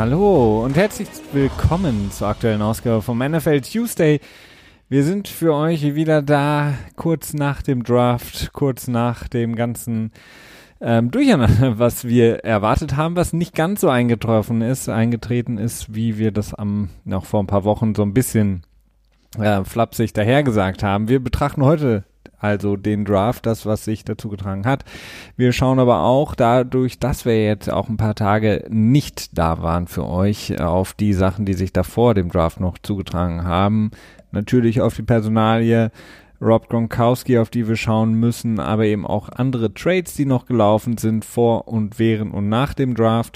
Hallo und herzlich willkommen zur aktuellen Ausgabe vom NFL Tuesday. Wir sind für euch wieder da, kurz nach dem Draft, kurz nach dem ganzen Durcheinander, was wir erwartet haben, was nicht ganz so eingetreten ist, wie wir das noch vor ein paar Wochen so ein bisschen flapsig dahergesagt haben. Wir betrachten heute also den Draft, das, was sich dazu getragen hat. Wir schauen aber auch dadurch, dass wir jetzt auch ein paar Tage nicht da waren für euch, auf die Sachen, die sich da vor dem Draft noch zugetragen haben. Natürlich auf die Personalie Rob Gronkowski, auf die wir schauen müssen, aber eben auch andere Trades, die noch gelaufen sind vor und während und nach dem Draft.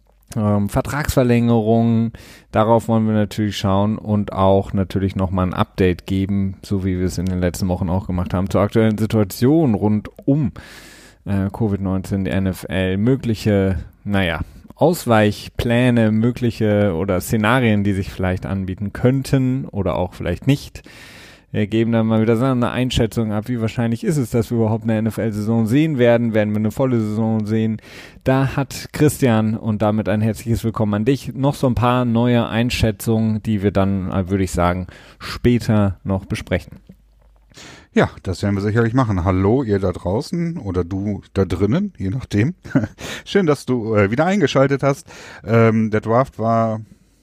Vertragsverlängerungen, darauf wollen wir natürlich schauen und auch natürlich nochmal ein Update geben, so wie wir es in den letzten Wochen auch gemacht haben, zur aktuellen Situation rund um Covid-19, die NFL, mögliche, Ausweichpläne, mögliche oder Szenarien, die sich vielleicht anbieten könnten oder auch vielleicht nicht. Wir geben dann mal wieder so eine Einschätzung ab, wie wahrscheinlich ist es, dass wir überhaupt eine NFL-Saison sehen werden wir eine volle Saison sehen. Da hat Christian, und damit ein herzliches Willkommen an dich, noch so ein paar neue Einschätzungen, die wir dann, würde ich sagen, später noch besprechen. Ja, das werden wir sicherlich machen. Hallo, ihr da draußen oder du da drinnen, je nachdem. Schön, dass du wieder eingeschaltet hast. Der Draft war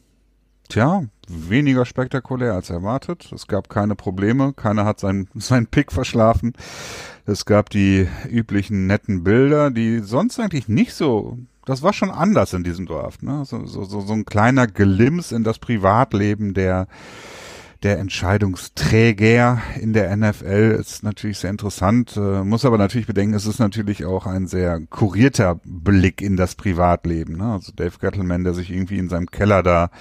weniger spektakulär als erwartet. Es gab keine Probleme. Keiner hat seinen Pick verschlafen. Es gab die üblichen netten Bilder, die sonst eigentlich nicht so, das war schon anders in diesem Draft, ne? So ein kleiner Glimpse in das Privatleben der Entscheidungsträger in der NFL ist natürlich sehr interessant, muss aber natürlich bedenken, es ist natürlich auch ein sehr kurierter Blick in das Privatleben, ne? Also Dave Gettleman, der sich irgendwie in seinem Keller da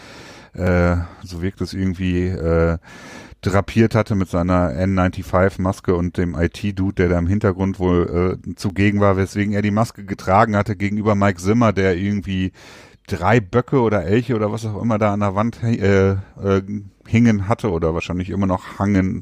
so wirkt es irgendwie, drapiert hatte mit seiner N95-Maske und dem IT-Dude, der da im Hintergrund wohl zugegen war, weswegen er die Maske getragen hatte gegenüber Mike Zimmer, der irgendwie 3 Böcke oder Elche oder was auch immer da an der Wand hängen hatte oder wahrscheinlich immer noch hängen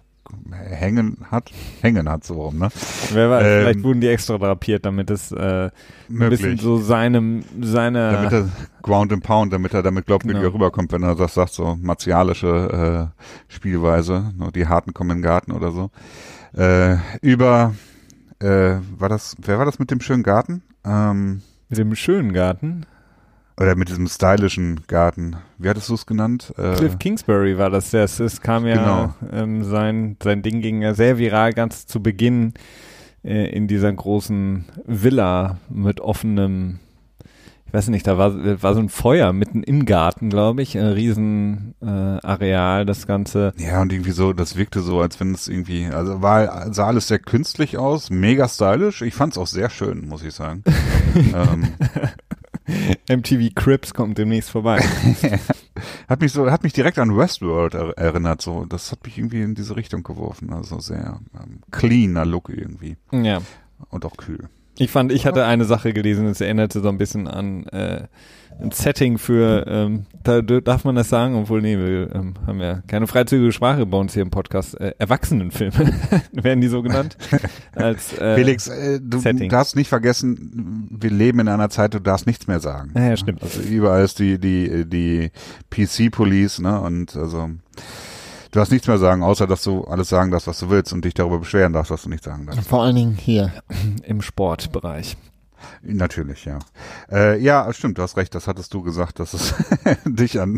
hat so rum, ne? Wer weiß, vielleicht wurden die extra drapiert, damit es ein bisschen so seine damit er Ground and Pound, damit er damit glaubwürdiger rüberkommt, wenn er das sagt, so martialische Spielweise, die Harten kommen in den Garten oder so. Wer war das mit dem schönen Garten? Mit dem schönen Garten? Oder mit diesem stylischen Garten. Wie hattest du es genannt? Cliff Kingsbury war das. Es kam ja, genau. Sein Ding ging ja sehr viral ganz zu Beginn in dieser großen Villa mit offenem, ich weiß nicht, da war so ein Feuer mitten im Garten, glaube ich, ein riesen Areal, das Ganze. Ja, und irgendwie so, das wirkte so, als wenn es irgendwie, sah alles sehr künstlich aus, mega stylisch. Ich fand es auch sehr schön, muss ich sagen. MTV Cribs kommt demnächst vorbei. Hat mich direkt an Westworld erinnert, so. Das hat mich irgendwie in diese Richtung geworfen. Also sehr cleaner Look irgendwie. Ja. Und auch kühl. Ich hatte eine Sache gelesen, es erinnerte so ein bisschen an ein Setting für, da darf man das sagen, obwohl, wir haben ja keine freizügige Sprache bei uns hier im Podcast, Erwachsenenfilme, werden die so genannt. Als Felix, du darfst nicht vergessen, wir leben in einer Zeit, du darfst nichts mehr sagen. Ja, stimmt. Also überall ist die PC-Police, ne, und also du darfst nichts mehr sagen, außer dass du alles sagen darfst, was du willst und dich darüber beschweren darfst, was du nicht sagen darfst. Vor allen Dingen hier im Sportbereich. Natürlich, ja. Ja, stimmt, du hast recht, das hattest du gesagt, dass es dich an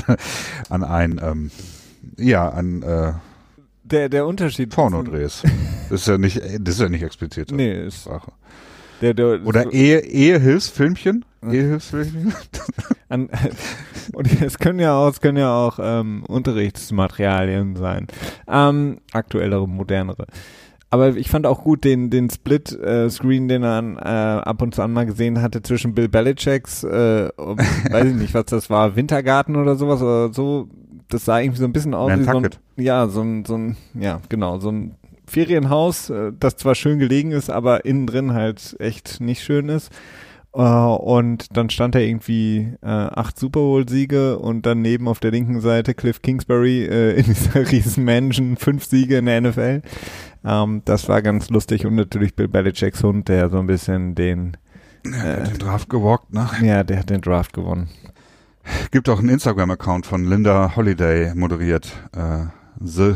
der Unterschied Porno drehst. Das ist ja nicht explizit. Nee, ist Sprache. Oder Ehehilfsfilmchen? Ehehilfsfilmchen? Und es können ja auch Unterrichtsmaterialien sein. Aktuellere, modernere. Aber ich fand auch gut den Split-Screen, den er ab und zu an mal gesehen hatte zwischen Bill Belichicks, weiß ich nicht, was das war, Wintergarten oder sowas oder so. Das sah irgendwie so ein bisschen aus wie so ein Ferienhaus, das zwar schön gelegen ist, aber innen drin halt echt nicht schön ist. Und dann stand da irgendwie 8 Super Bowl-Siege und daneben auf der linken Seite Cliff Kingsbury in dieser riesen Mansion 5 Siege in der NFL. Das war ganz lustig und natürlich Bill Belichicks Hund, der so ein bisschen den Draft gewalkt, ne? Ja, der hat den Draft gewonnen. Gibt auch einen Instagram-Account von Linda Holiday moderiert. The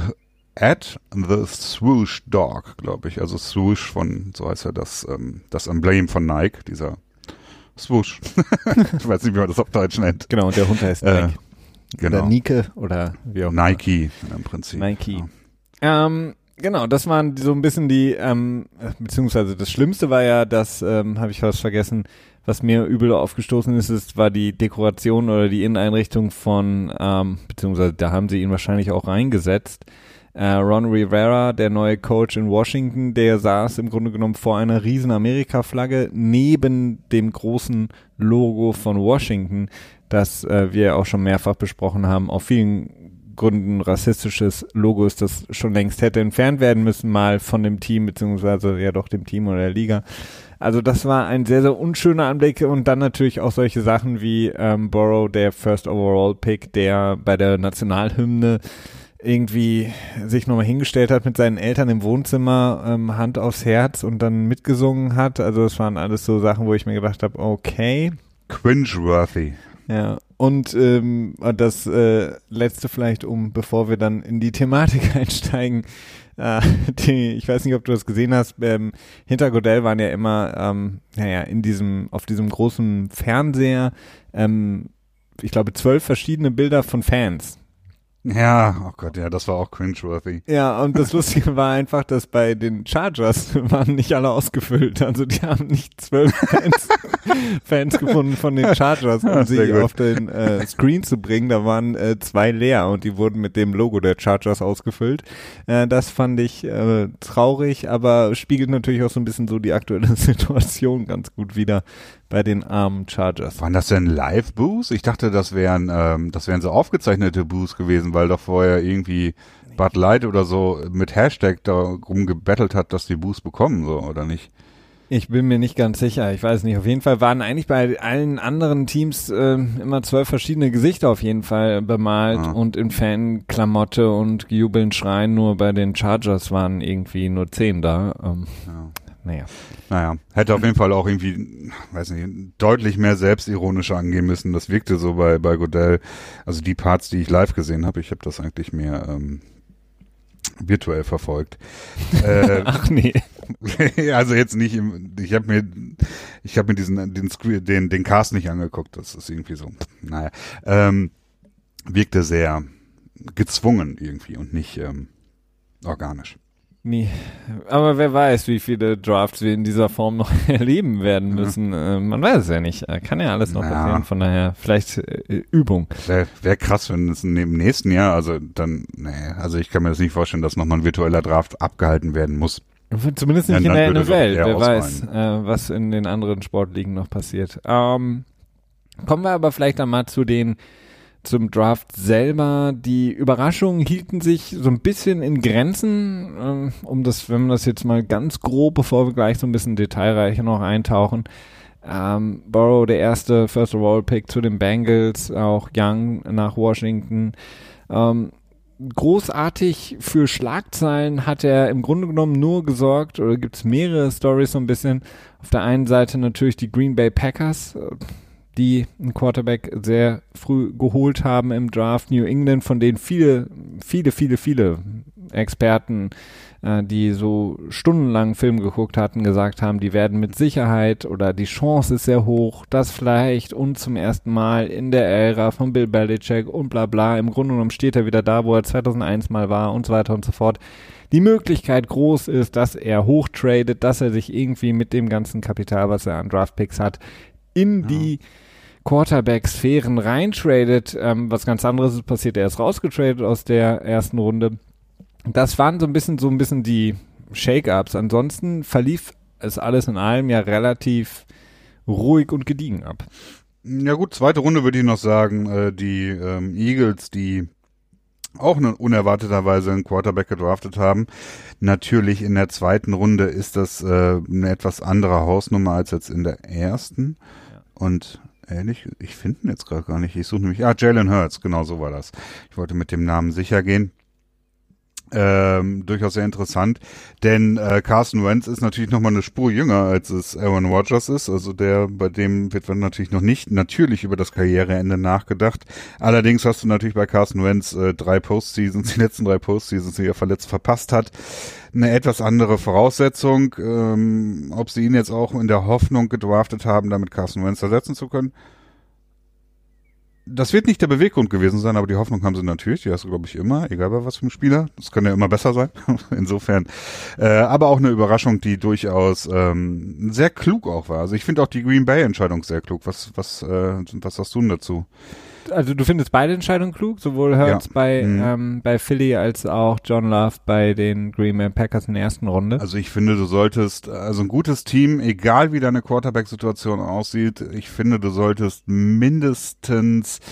Swoosh Dog, glaube ich. Also Swoosh so heißt ja das Emblem von Nike, dieser Swoosh. Ich weiß nicht, wie man das auf Deutsch nennt. Genau, und der Hund heißt Nike. Genau. Oder Nike oder wie auch immer. Nike im Prinzip. Nike. Ja. Genau, das waren so ein bisschen die, beziehungsweise das Schlimmste war ja, das habe ich fast vergessen, was mir übel aufgestoßen ist, war die Dekoration oder die Inneneinrichtung von, beziehungsweise da haben sie ihn wahrscheinlich auch reingesetzt. Ron Rivera, der neue Coach in Washington, der saß im Grunde genommen vor einer riesen Amerika-Flagge neben dem großen Logo von Washington, das wir auch schon mehrfach besprochen haben, auf vielen Gründen rassistisches Logo ist, das schon längst hätte entfernt werden müssen, mal von dem Team, beziehungsweise ja doch dem Team oder der Liga. Also das war ein sehr, sehr unschöner Anblick und dann natürlich auch solche Sachen wie Burrow, der First Overall Pick, der bei der Nationalhymne irgendwie sich nochmal hingestellt hat mit seinen Eltern im Wohnzimmer, Hand aufs Herz und dann mitgesungen hat. Also das waren alles so Sachen, wo ich mir gedacht habe, okay. Cringeworthy. Ja, und das letzte vielleicht, bevor wir dann in die Thematik einsteigen, ich weiß nicht, ob du das gesehen hast, hinter Goodell waren ja immer, auf diesem großen Fernseher, ich glaube 12 verschiedene Bilder von Fans. Ja, oh Gott, ja, das war auch cringeworthy. Ja, und das Lustige war einfach, dass bei den Chargers waren nicht alle ausgefüllt. Also die haben nicht 12 Fans gefunden von den Chargers, um sie auf den Screen zu bringen. Da waren 2 leer und die wurden mit dem Logo der Chargers ausgefüllt. Das fand ich traurig, aber spiegelt natürlich auch so ein bisschen so die aktuelle Situation ganz gut wider bei den armen Chargers. Waren das denn Live-Boos? Ich dachte, das wären so aufgezeichnete Boos gewesen, weil doch vorher irgendwie Bud Light oder so mit Hashtag darum gebettelt hat, dass die Boos bekommen, so, oder nicht? Ich bin mir nicht ganz sicher. Ich weiß nicht. Auf jeden Fall waren eigentlich bei allen anderen Teams immer 12 verschiedene Gesichter auf jeden Fall bemalt und in Fanklamotte und jubeln, schreien. Nur bei den Chargers waren irgendwie nur 10 da. Naja, hätte auf jeden Fall auch irgendwie, weiß nicht, deutlich mehr selbstironisch angehen müssen. Das wirkte so bei Goodell. Also die Parts, die ich live gesehen habe, ich habe das eigentlich mehr virtuell verfolgt. Ach nee. Also jetzt nicht, ich habe mir den Cast nicht angeguckt. Das ist irgendwie so, naja, wirkte sehr gezwungen irgendwie und nicht organisch. Nee, aber wer weiß, wie viele Drafts wir in dieser Form noch erleben werden müssen. Man weiß es ja nicht. Kann ja alles noch passieren, von daher vielleicht Übung. Wäre krass, wenn es im nächsten Jahr, also ich kann mir das nicht vorstellen, dass nochmal ein virtueller Draft abgehalten werden muss. Zumindest nicht in der NFL. Wer weiß, was in den anderen Sportligen noch passiert. Kommen wir aber vielleicht einmal zum Draft selber. Die Überraschungen hielten sich so ein bisschen in Grenzen, wenn man das jetzt mal ganz grob, bevor wir gleich so ein bisschen detailreicher noch eintauchen. Burrow, der erste First Overall Pick zu den Bengals, auch Young nach Washington. Großartig für Schlagzeilen hat er im Grunde genommen nur gesorgt, oder gibt es mehrere Stories so ein bisschen. Auf der einen Seite natürlich die Green Bay Packers, die einen Quarterback sehr früh geholt haben im Draft. New England, von denen viele Experten, die so stundenlang Film geguckt hatten, gesagt haben, die werden mit Sicherheit oder die Chance ist sehr hoch, dass vielleicht und zum ersten Mal in der Ära von Bill Belichick und bla bla, im Grunde genommen steht er wieder da, wo er 2001 mal war und so weiter und so fort, die Möglichkeit groß ist, dass er hochtradet, dass er sich irgendwie mit dem ganzen Kapital, was er an Draftpicks hat, in die Quarterback-Sphären reintradet. Was ganz anderes ist passiert, er ist rausgetradet aus der ersten Runde. Das waren so ein bisschen die Shake-Ups. Ansonsten verlief es alles in allem ja relativ ruhig und gediegen ab. Ja gut, zweite Runde würde ich noch sagen, die Eagles, die auch unerwarteterweise einen Quarterback gedraftet haben. Natürlich in der zweiten Runde ist das eine etwas andere Hausnummer als jetzt in der ersten. Ja. Und ehrlich, ich finde ihn jetzt gerade gar nicht. Ich suche nämlich, Jalen Hurts, genau so war das. Ich wollte mit dem Namen sicher gehen. durchaus sehr interessant, denn Carson Wentz ist natürlich nochmal eine Spur jünger, als es Aaron Rodgers ist, also bei dem wird natürlich noch nicht natürlich über das Karriereende nachgedacht. Allerdings hast du natürlich bei Carson Wentz die letzten 3 Postseasons, die er verletzt verpasst hat, eine etwas andere Voraussetzung. Ob sie ihn jetzt auch in der Hoffnung gedraftet haben, damit Carson Wentz ersetzen zu können, das wird nicht der Beweggrund gewesen sein, aber die Hoffnung haben sie natürlich, die hast du, glaube ich, immer, egal bei was für einem Spieler. Das kann ja immer besser sein, insofern. Aber auch eine Überraschung, die durchaus sehr klug auch war. Also ich finde auch die Green Bay-Entscheidung sehr klug. Was hast du denn dazu? Also du findest beide Entscheidungen klug, sowohl Hurts bei Philly als auch John Love bei den Green Bay Packers in der ersten Runde. Also ich finde, du solltest, also ein gutes Team, egal wie deine Quarterback-Situation aussieht, ich finde, du solltest mindestens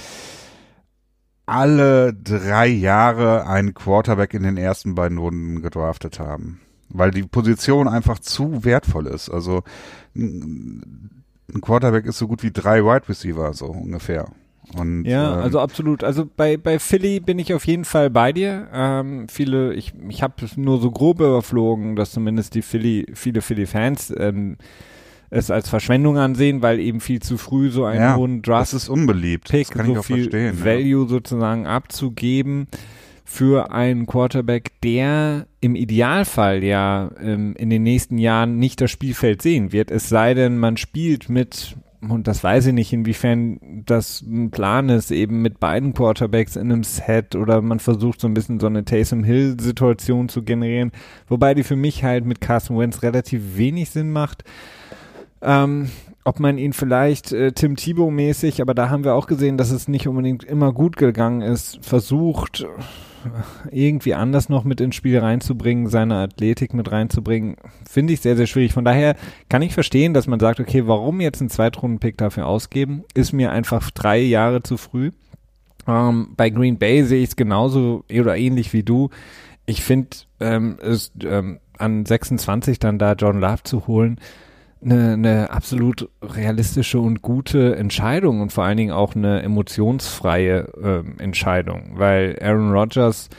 alle 3 Jahre einen Quarterback in den ersten beiden Runden gedraftet haben. Weil die Position einfach zu wertvoll ist. Also ein Quarterback ist so gut wie 3 Wide Receiver, so ungefähr. Und, ja, also absolut. Also bei Philly bin ich auf jeden Fall bei dir. Ich habe nur so grob überflogen, dass zumindest viele Philly-Fans es als Verschwendung ansehen, weil eben viel zu früh so einen hohen Draft. Das ist unbeliebt. Pick, das kann so ich auch viel verstehen. Value sozusagen abzugeben für einen Quarterback, der im Idealfall ja in den nächsten Jahren nicht das Spielfeld sehen wird. Es sei denn, man spielt mit, und das weiß ich nicht, inwiefern das ein Plan ist, eben mit beiden Quarterbacks in einem Set, oder man versucht so ein bisschen so eine Taysom-Hill-Situation zu generieren, wobei die für mich halt mit Carson Wentz relativ wenig Sinn macht. Ob man ihn vielleicht Tim Tebow-mäßig, aber da haben wir auch gesehen, dass es nicht unbedingt immer gut gegangen ist, versucht irgendwie anders noch mit ins Spiel reinzubringen, seine Athletik mit reinzubringen, finde ich sehr, sehr schwierig. Von daher kann ich verstehen, dass man sagt, okay, warum jetzt einen Zweitrunden-Pick dafür ausgeben? Ist mir einfach 3 Jahre zu früh. Bei Green Bay sehe ich es genauso oder ähnlich wie du. Ich finde, es an 26 dann da John Love zu holen, eine absolut realistische und gute Entscheidung und vor allen Dingen auch eine emotionsfreie Entscheidung, weil Aaron Rodgers,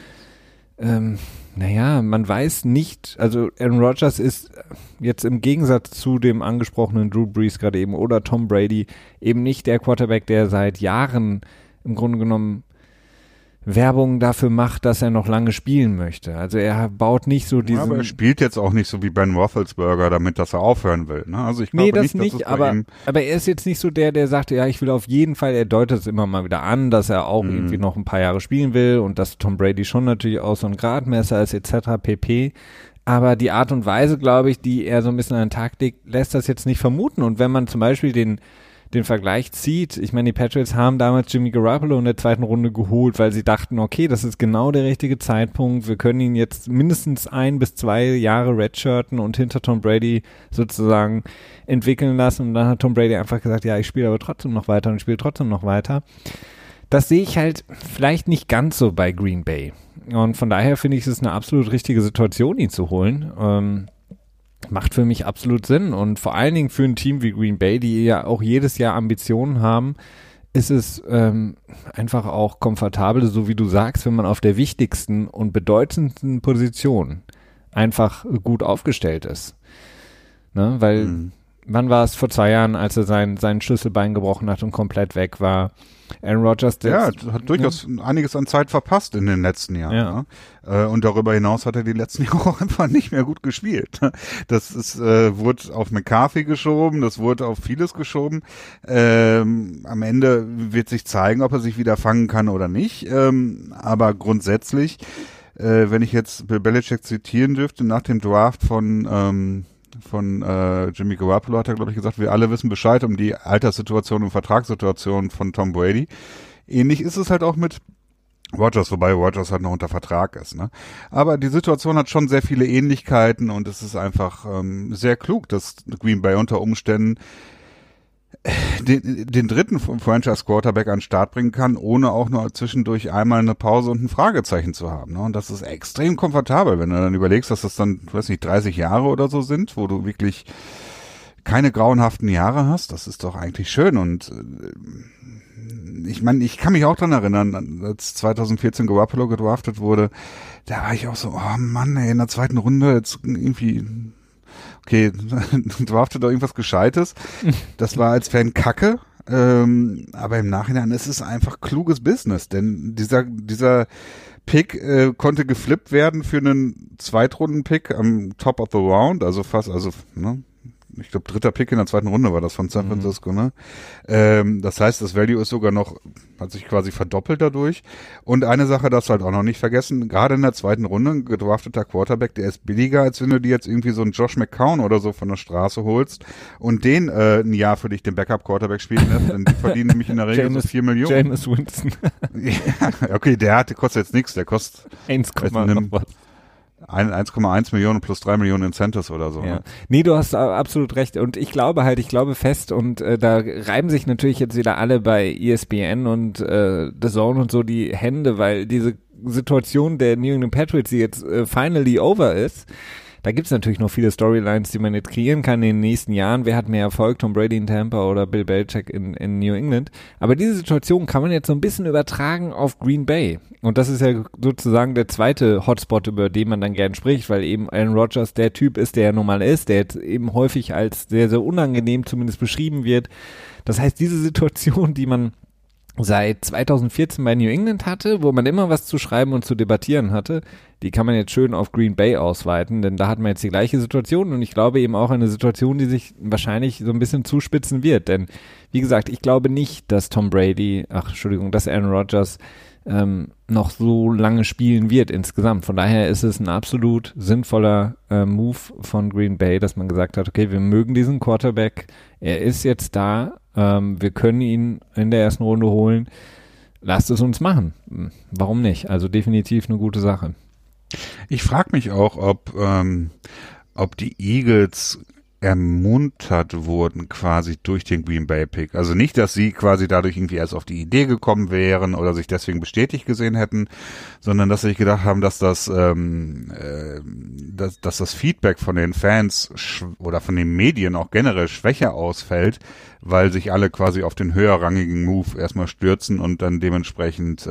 man weiß nicht, also Aaron Rodgers ist jetzt im Gegensatz zu dem angesprochenen Drew Brees gerade eben oder Tom Brady eben nicht der Quarterback, der seit Jahren im Grunde genommen Werbung dafür macht, dass er noch lange spielen möchte. Also er baut nicht so diesen... aber er spielt jetzt auch nicht so wie Ben Roethlisberger damit, dass er aufhören will. Ne? Also ich glaube nicht, aber er ist jetzt nicht so der sagt, ja, ich will auf jeden Fall, er deutet es immer mal wieder an, dass er auch irgendwie noch ein paar Jahre spielen will und dass Tom Brady schon natürlich auch so ein Gradmesser ist etc. pp. Aber die Art und Weise, glaube ich, die er so ein bisschen an den Tag legt, lässt das jetzt nicht vermuten. Und wenn man zum Beispiel den Vergleich zieht, ich meine, die Patriots haben damals Jimmy Garoppolo in der 2. Runde geholt, weil sie dachten, okay, das ist genau der richtige Zeitpunkt, wir können ihn jetzt mindestens 1 bis 2 Jahre redshirten und hinter Tom Brady sozusagen entwickeln lassen, und dann hat Tom Brady einfach gesagt, ja, ich spiele aber trotzdem noch weiter und spiele trotzdem noch weiter. Das sehe ich halt vielleicht nicht ganz so bei Green Bay, und von daher finde ich, es ist eine absolut richtige Situation, ihn zu holen. Macht für mich absolut Sinn, und vor allen Dingen für ein Team wie Green Bay, die ja auch jedes Jahr Ambitionen haben, ist es einfach auch komfortabel, so wie du sagst, wenn man auf der wichtigsten und bedeutendsten Position einfach gut aufgestellt ist. Ne? Weil wann war es vor 2 Jahren, als er sein Schlüsselbein gebrochen hat und komplett weg war? Aaron Rodgers, hat durchaus einiges an Zeit verpasst in den letzten Jahren. Ja. Ne? Und darüber hinaus hat er die letzten Jahre auch einfach nicht mehr gut gespielt. Das ist, wurde auf McCarthy geschoben, das wurde auf vieles geschoben. Am Ende wird sich zeigen, ob er sich wieder fangen kann oder nicht. Aber grundsätzlich, wenn ich jetzt Bill Belichick zitieren dürfte, nach dem Draft von Jimmy Garoppolo hat er, glaube ich, gesagt, wir alle wissen Bescheid um die Alterssituation und Vertragssituation von Tom Brady. Ähnlich ist es halt auch mit Rodgers, wobei Rodgers halt noch unter Vertrag ist. Ne? Aber die Situation hat schon sehr viele Ähnlichkeiten, und es ist einfach sehr klug, dass Green Bay unter Umständen den dritten Franchise-Quarterback an den Start bringen kann, ohne auch nur zwischendurch einmal eine Pause und ein Fragezeichen zu haben. Ne? Und das ist extrem komfortabel, wenn du dann überlegst, dass das dann, 30 Jahre oder so sind, wo du wirklich keine grauenhaften Jahre hast, das ist doch eigentlich schön. Und ich meine, ich kann mich auch dran erinnern, als 2014 Garoppolo gedraftet wurde, da war ich auch so, oh Mann, ey, in der zweiten Runde jetzt irgendwie, okay, draftet doch irgendwas Gescheites. Das war als Fan Kacke, aber im Nachhinein ist es einfach kluges Business, denn dieser Pick konnte geflippt werden für einen Zweitrunden-Pick am Top of the Round, also fast, ne? Ich glaube, 3. Pick in der 2. Runde war das von San Francisco, ne? Das heißt, das Value ist sogar noch, hat sich quasi verdoppelt dadurch. Und eine Sache darfst du halt auch noch nicht vergessen, gerade in der 2. Runde, ein gedrafteter Quarterback, der ist billiger, als wenn du dir jetzt irgendwie so einen Josh McCown oder so von der Straße holst und den ein Jahr für dich den Backup-Quarterback spielen lässt, denn die verdienen nämlich in der Regel so 4 Millionen. Jameis Winston. Ja, okay, der kostet jetzt nichts, der kostet 1,1 Millionen plus 3 Millionen Incentives oder so. Ja. Ne? Nee, du hast absolut recht. Und ich glaube fest, und da reiben sich natürlich jetzt wieder alle bei ESPN und The Zone und so die Hände, weil diese Situation der New England Patriots, die jetzt finally over ist, da gibt's natürlich noch viele Storylines, die man jetzt kreieren kann in den nächsten Jahren. Wer hat mehr Erfolg, Tom Brady in Tampa oder Bill Belichick in New England? Aber diese Situation kann man jetzt so ein bisschen übertragen auf Green Bay. Und das ist ja sozusagen der zweite Hotspot, über den man dann gern spricht, weil eben Aaron Rodgers der Typ ist, der er nun mal ist, der jetzt eben häufig als sehr, sehr unangenehm zumindest beschrieben wird. Das heißt, diese Situation, die man seit 2014 bei New England hatte, wo man immer was zu schreiben und zu debattieren hatte, die kann man jetzt schön auf Green Bay ausweiten, denn da hat man jetzt die gleiche Situation und ich glaube eben auch eine Situation, die sich wahrscheinlich so ein bisschen zuspitzen wird, denn wie gesagt, ich glaube nicht, dass dass Aaron Rodgers noch so lange spielen wird insgesamt. Von daher ist es ein absolut sinnvoller Move von Green Bay, dass man gesagt hat, okay, wir mögen diesen Quarterback, er ist jetzt da, wir können ihn in der ersten Runde holen, lasst es uns machen. Warum nicht? Also definitiv eine gute Sache. Ich frage mich auch, ob die Eagles ermuntert wurden quasi durch den Green Bay Pick. Also nicht, dass sie quasi dadurch irgendwie erst auf die Idee gekommen wären oder sich deswegen bestätigt gesehen hätten, sondern dass sie sich gedacht haben, dass das Feedback von den Fans oder von den Medien auch generell schwächer ausfällt, weil sich alle quasi auf den höherrangigen Move erstmal stürzen und dann dementsprechend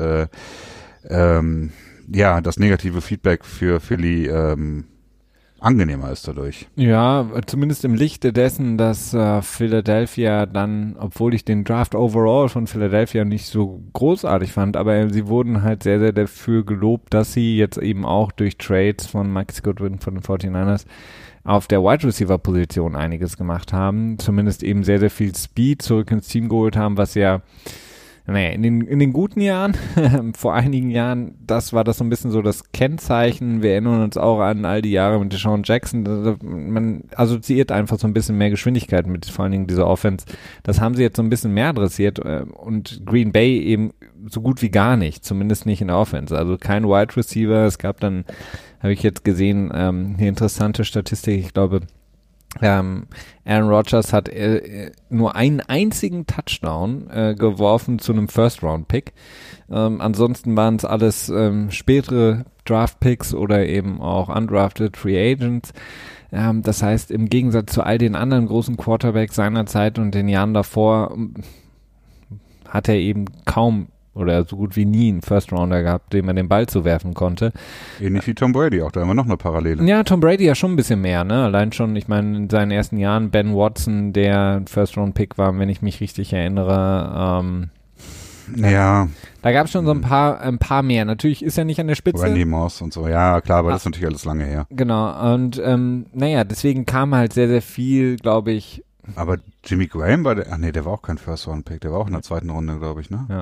das negative Feedback für Philly angenehmer ist dadurch. Ja, zumindest im Lichte dessen, dass Philadelphia dann, obwohl ich den Draft overall von Philadelphia nicht so großartig fand, aber sie wurden halt sehr, sehr dafür gelobt, dass sie jetzt eben auch durch Trades von Max Goodwin von den 49ers auf der Wide Receiver Position einiges gemacht haben, zumindest eben sehr, sehr viel Speed zurück ins Team geholt haben, was ja in den guten Jahren, vor einigen Jahren, das war das so ein bisschen so das Kennzeichen. Wir erinnern uns auch an all die Jahre mit Deshaun Jackson. Man assoziiert einfach so ein bisschen mehr Geschwindigkeit mit vor allen Dingen dieser Offense. Das haben sie jetzt so ein bisschen mehr adressiert und Green Bay eben so gut wie gar nicht, zumindest nicht in der Offense. Also kein Wide Receiver. Es gab dann, habe ich jetzt gesehen, eine interessante Statistik, ich glaube, Aaron Rodgers hat nur einen einzigen Touchdown geworfen zu einem First-Round-Pick. Ansonsten waren es alles spätere Draft-Picks oder eben auch undrafted Free Agents. Das heißt, im Gegensatz zu all den anderen großen Quarterbacks seiner Zeit und den Jahren davor hat er eben kaum oder so gut wie nie einen First-Rounder gehabt, dem man den Ball zuwerfen konnte. Ähnlich wie Tom Brady, auch da haben wir noch eine Parallele. Ja, Tom Brady ja schon ein bisschen mehr, ne? Allein schon, ich meine, in seinen ersten Jahren Ben Watson, der First-Round-Pick war, wenn ich mich richtig erinnere. Ja. Da gab es schon so ein paar mehr. Natürlich ist er nicht an der Spitze. Randy Moss und so, ja klar, aber das ist natürlich alles lange her. Genau, und deswegen kam halt sehr, sehr viel, glaube ich. Aber Jimmy Graham der war auch kein First-Round-Pick, der war auch in der zweiten Runde, glaube ich, ne? Ja.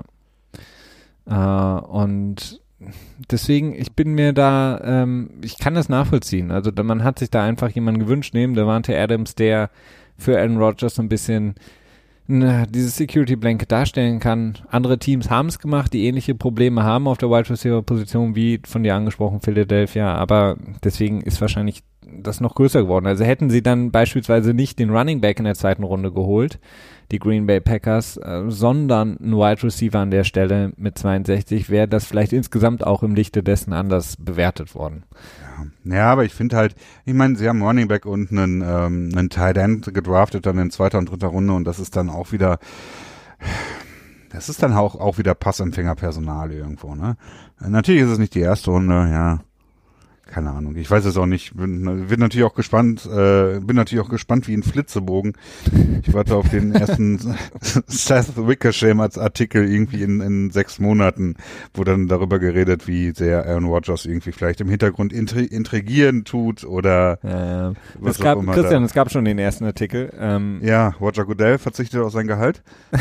Und deswegen, ich bin mir da, ich kann das nachvollziehen. Also man hat sich da einfach jemanden gewünscht, neben Davante Adams, der für Aaron Rodgers so ein bisschen dieses Security Blanket darstellen kann. Andere Teams haben es gemacht, die ähnliche Probleme haben auf der Wide Receiver Position wie von dir angesprochen Philadelphia, aber deswegen ist wahrscheinlich das noch größer geworden. Also hätten sie dann beispielsweise nicht den Running Back in der zweiten Runde geholt, die Green Bay Packers, sondern einen Wide Receiver an der Stelle mit 62, wäre das vielleicht insgesamt auch im Lichte dessen anders bewertet worden. Ja, aber ich finde halt, ich meine, sie haben einen Running Back und einen Tight End gedraftet dann in zweiter und dritter Runde und das ist dann auch wieder, das ist dann auch wieder Passempfängerpersonal irgendwo, ne? Natürlich ist es nicht die erste Runde, ja. Keine Ahnung, ich weiß es auch nicht. Bin natürlich auch gespannt wie ein Flitzebogen. Ich warte auf den ersten Seth Wickersham als Artikel irgendwie in 6 Monaten, wo dann darüber geredet, wie sehr Aaron Rodgers irgendwie vielleicht im Hintergrund intrigieren tut oder was auch immer. Christian, es gab schon den ersten Artikel. Ja, Roger Goodell verzichtet auf sein Gehalt.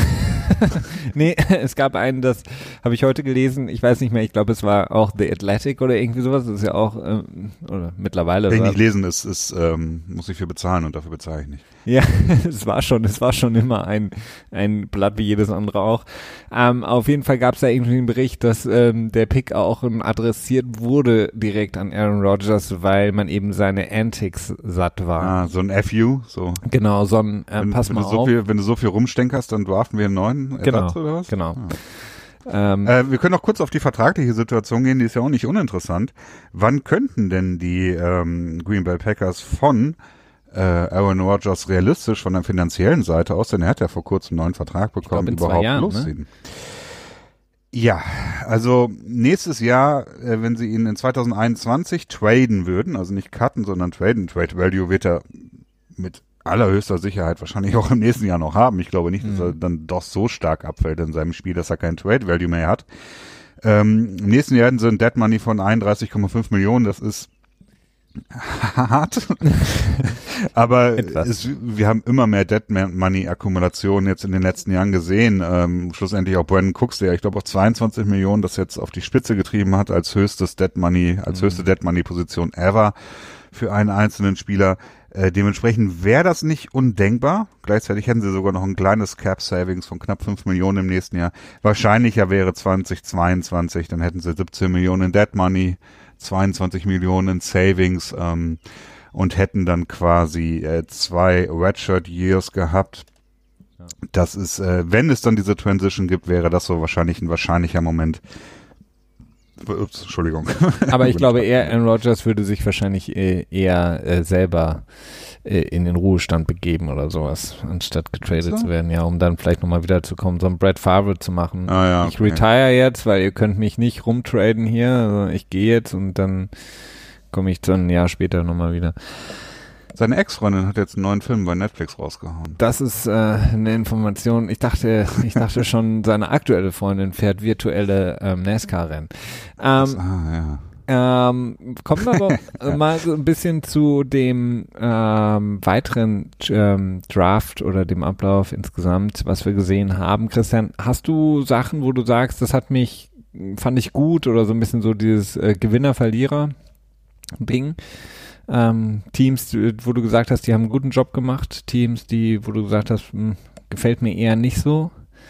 Nee, es gab einen, das habe ich heute gelesen, ich weiß nicht mehr, ich glaube, es war auch The Athletic oder irgendwie sowas, das ist ja auch, oder mittlerweile. Wenn ich nicht lesen, muss ich für bezahlen und dafür bezahle ich nicht. Ja, es war schon immer ein Blatt wie jedes andere auch. Auf jeden Fall gab es da irgendwie einen Bericht, dass der Pick auch adressiert wurde direkt an Aaron Rodgers, weil man eben seine Antics satt war. Ah, so ein FU, so. Genau, so ein pass mal auf. Wenn du so viel rumstänkerst, dann draften wir einen neuen Ersatz oder was? Genau. Wir können auch kurz auf die vertragliche Situation gehen, die ist ja auch nicht uninteressant. Wann könnten denn die Green Bay Packers von Aaron Rodgers realistisch von der finanziellen Seite aus, denn er hat ja vor kurzem einen neuen Vertrag bekommen, überhaupt losziehen? Ne? Ja, also nächstes Jahr, wenn sie ihn in 2021 traden würden, also nicht cutten, sondern traden, Trade Value wird er mit allerhöchster Sicherheit wahrscheinlich auch im nächsten Jahr noch haben. Ich glaube nicht, dass er dann doch so stark abfällt in seinem Spiel, dass er keinen Trade Value mehr hat. Im nächsten Jahr hätten sie ein Dead Money von 31,5 Millionen, das ist hart, aber wir haben immer mehr Dead Money Akkumulation jetzt in den letzten Jahren gesehen. Schlussendlich auch Brandon Cooks, der ich glaube auch 22 Millionen das jetzt auf die Spitze getrieben hat als höchste Dead Money Position ever für einen einzelnen Spieler. Dementsprechend wäre das nicht undenkbar. Gleichzeitig hätten sie sogar noch ein kleines Cap Savings von knapp 5 Millionen im nächsten Jahr. Wahrscheinlicher wäre 2022, dann hätten sie 17 Millionen in Dead Money, 22 Millionen in Savings und hätten dann quasi 2 Redshirt Years gehabt. Ja. Das ist, wenn es dann diese Transition gibt, wäre das so wahrscheinlich ein wahrscheinlicher Moment. Ups, Entschuldigung. Aber ich glaube eher, Aaron Rodgers würde sich wahrscheinlich eher selber in den Ruhestand begeben oder sowas, anstatt getradet zu werden, ja, um dann vielleicht nochmal wieder zu kommen, so ein Brett Favre zu machen. Ah, ja, okay. Ich retire jetzt, weil ihr könnt mich nicht rumtraden hier, also ich gehe jetzt und dann komme ich dann ein Jahr später nochmal wieder. Seine Ex-Freundin hat jetzt einen neuen Film bei Netflix rausgehauen. Das ist eine Information. Ich dachte schon, seine aktuelle Freundin fährt virtuelle NASCAR-Rennen. Ja. Kommen wir doch mal so ein bisschen zu dem weiteren Draft oder dem Ablauf insgesamt, was wir gesehen haben. Christian, hast du Sachen, wo du sagst, fand ich gut oder so ein bisschen so dieses Gewinner-Verlierer-Ding? Teams, wo du gesagt hast, die haben einen guten Job gemacht, Teams, wo du gesagt hast, gefällt mir eher nicht so?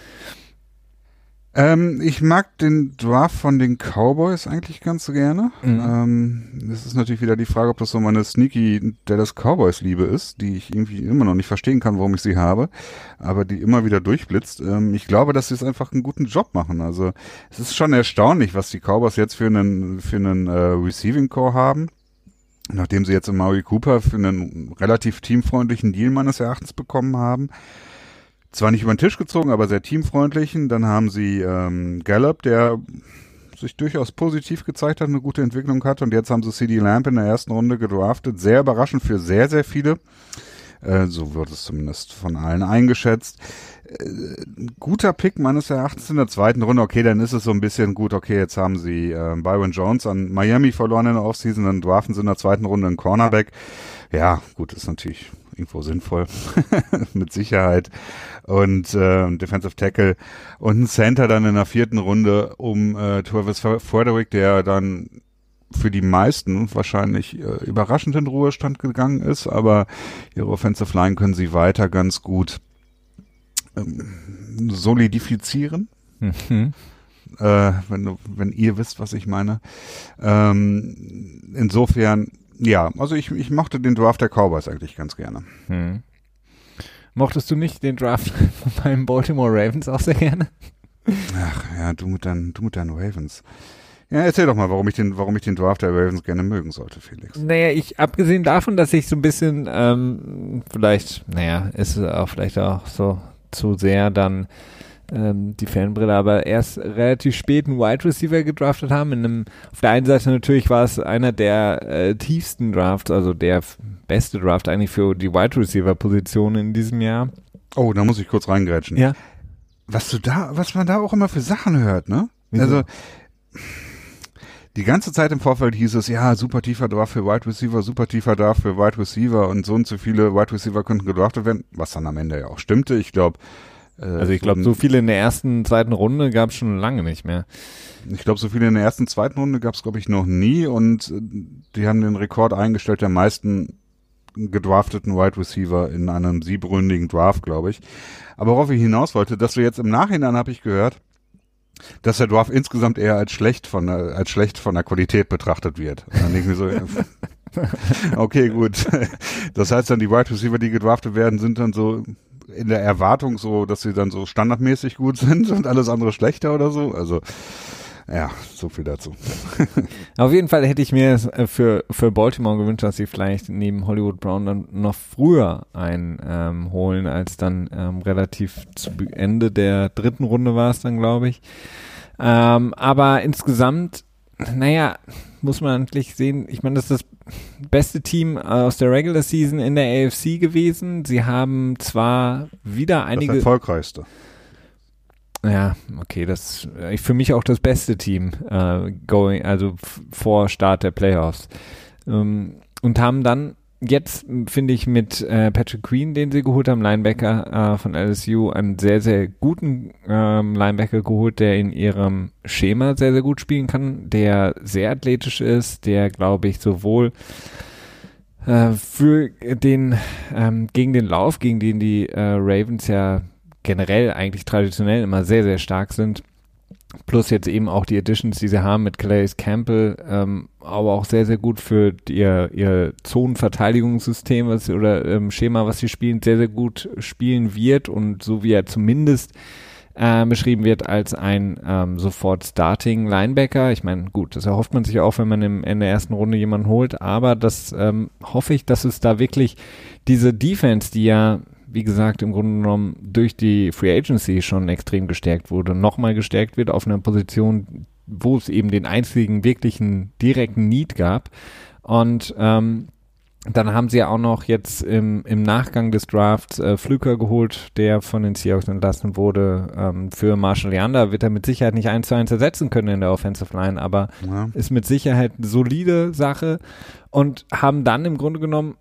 Ich mag den Draft von den Cowboys eigentlich ganz gerne. Das ist natürlich wieder die Frage, ob das so meine sneaky Dallas Cowboys Liebe ist, die ich irgendwie immer noch nicht verstehen kann, warum ich sie habe, aber die immer wieder durchblitzt. Ich glaube, dass sie es einfach einen guten Job machen. Also es ist schon erstaunlich, was die Cowboys jetzt für einen Receiving Core haben. Nachdem sie jetzt Amari Cooper für einen relativ teamfreundlichen Deal meines Erachtens bekommen haben. Zwar nicht über den Tisch gezogen, aber sehr teamfreundlichen. Dann haben sie Gallup, der sich durchaus positiv gezeigt hat, eine gute Entwicklung hat. Und jetzt haben sie CeeDee Lamb in der ersten Runde gedraftet. Sehr überraschend für sehr, sehr viele. So wird es zumindest von allen eingeschätzt. Guter Pick meines Erachtens in der zweiten Runde. Okay, dann ist es so ein bisschen gut. Okay, jetzt haben sie Byron Jones an Miami verloren in der Offseason, dann draften sie in der zweiten Runde einen Cornerback. Ja, gut, ist natürlich irgendwo sinnvoll, mit Sicherheit. Und Defensive Tackle und ein Center dann in der vierten Runde um Travis Frederick, der dann für die meisten wahrscheinlich überraschend in den Ruhestand gegangen ist, aber ihre Offensive Line können sie weiter ganz gut solidifizieren. Mhm. Wenn ihr wisst, was ich meine. Insofern Ja, also ich mochte den Draft der Cowboys eigentlich ganz gerne. Mochtest du nicht den Draft beim Baltimore Ravens auch sehr gerne? Ach ja, du mit deinen Ravens. Ja, erzähl doch mal, warum ich den Draft der Ravens gerne mögen sollte, Felix. Naja, abgesehen davon, dass ich so ein bisschen, ist auch vielleicht auch so zu sehr dann die Fanbrille, aber erst relativ spät einen Wide Receiver gedraftet haben. Auf der einen Seite natürlich war es einer der tiefsten Drafts, also der beste Draft eigentlich für die Wide Receiver Position in diesem Jahr. Oh, da muss ich kurz reingrätschen. Ja. Was man da auch immer für Sachen hört, ne? Wieso? Also die ganze Zeit im Vorfeld hieß es, ja, super tiefer Draft für Wide Receiver, super tiefer Draft für Wide Receiver und so und so viele Wide Receiver könnten gedraftet werden, was dann am Ende ja auch stimmte. Ich glaube, so viele in der ersten, zweiten Runde gab es schon lange nicht mehr. Ich glaube, so viele in der ersten, zweiten Runde gab es, glaube ich, noch nie und die haben den Rekord eingestellt der meisten gedrafteten Wide Receiver in einem 7-ründigen Draft, glaube ich. Aber worauf ich hinaus wollte, dass wir jetzt im Nachhinein, habe ich gehört, dass der Draft insgesamt eher als schlecht von der Qualität betrachtet wird. Und dann denke ich mir so, okay, gut. Das heißt dann, die Wide Receiver, die gedraftet werden, sind dann so in der Erwartung so, dass sie dann so standardmäßig gut sind und alles andere schlechter oder so. Also ja, so viel dazu. Auf jeden Fall hätte ich mir für Baltimore gewünscht, dass sie vielleicht neben Hollywood Brown dann noch früher einen holen, als dann relativ zu Ende der dritten Runde war es dann, glaube ich. Aber insgesamt, muss man eigentlich sehen, ich meine, das ist das beste Team aus der Regular Season in der AFC gewesen. Sie haben zwar wieder einige... Das erfolgreichste. Ja, okay, das für mich auch das beste Team vor Start der Playoffs. Und haben dann jetzt, finde ich, mit Patrick Queen, den sie geholt haben, Linebacker von LSU, einen sehr, sehr guten Linebacker geholt, der in ihrem Schema sehr, sehr gut spielen kann, der sehr athletisch ist, der, glaube ich, sowohl gegen den Lauf, gegen den die Ravens ja generell eigentlich traditionell immer sehr, sehr stark sind, plus jetzt eben auch die Additions, die sie haben mit Calais Campbell, aber auch sehr, sehr gut für ihr Zonenverteidigungssystem Schema, was sie spielen, sehr, sehr gut spielen wird und so wie er zumindest beschrieben wird als ein sofort Starting Linebacker. Ich meine, gut, das erhofft man sich auch, wenn man in der ersten Runde jemanden holt, aber das hoffe ich, dass es da wirklich diese Defense, die ja wie gesagt, im Grunde genommen durch die Free Agency schon extrem gestärkt wurde, nochmal gestärkt wird auf einer Position, wo es eben den einzigen wirklichen direkten Need gab. Und dann haben sie ja auch noch jetzt im Nachgang des Drafts Fluker geholt, der von den Seahawks entlassen wurde. Für Marshall Yanda wird er mit Sicherheit nicht 1:1 ersetzen können in der Offensive Line, aber ist mit Sicherheit eine solide Sache und haben dann im Grunde genommen,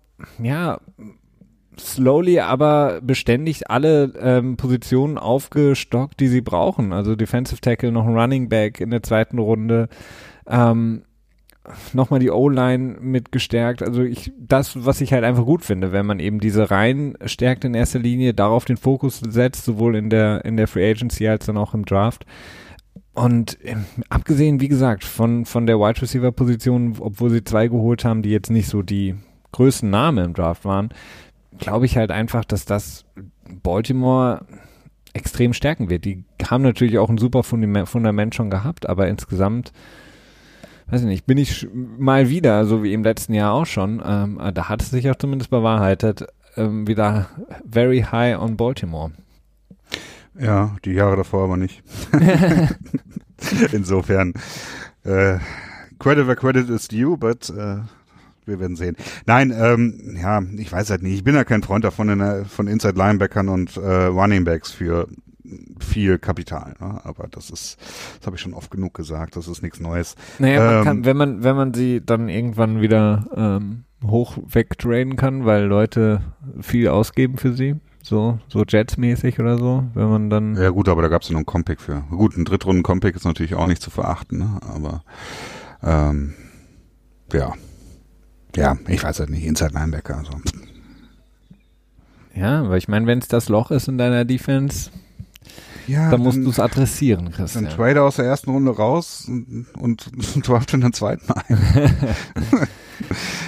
slowly, aber beständig alle Positionen aufgestockt, die sie brauchen. Also Defensive Tackle, noch ein Running Back in der zweiten Runde, nochmal die O-Line mit gestärkt. Also das, was ich halt einfach gut finde, wenn man eben diese Reihen stärkt in erster Linie, darauf den Fokus setzt, sowohl in der Free Agency als dann auch im Draft. Und abgesehen, wie gesagt, von der Wide Receiver Position, obwohl sie 2 geholt haben, die jetzt nicht so die größten Namen im Draft waren, glaube ich halt einfach, dass das Baltimore extrem stärken wird. Die haben natürlich auch ein super Fundament schon gehabt, aber insgesamt, weiß ich nicht, bin ich mal wieder, so wie im letzten Jahr auch schon, da hat es sich auch zumindest bewahrheitet, wieder very high on Baltimore. Ja, die Jahre davor aber nicht. Insofern, credit where credit is due, but wir werden sehen. Nein, ich weiß halt nicht. Ich bin ja kein Freund davon von Inside Linebackern und Running Backs für viel Kapital. Ne? Aber das habe ich schon oft genug gesagt. Das ist nichts Neues. Naja, man kann, wenn man sie dann irgendwann wieder hoch wegtraden kann, weil Leute viel ausgeben für sie, so Jets-mäßig oder so, wenn man dann... Ja gut, aber da gab es ja noch einen Compick für. Gut, ein Drittrunden-Compick ist natürlich auch nicht zu verachten, ne? Aber ja, ich weiß halt nicht, Inside Linebacker. Also. Ja, weil ich meine, wenn es das Loch ist in deiner Defense, dann musst du es adressieren, Christian. Dann trade aus der ersten Runde raus und draft in der zweiten ein.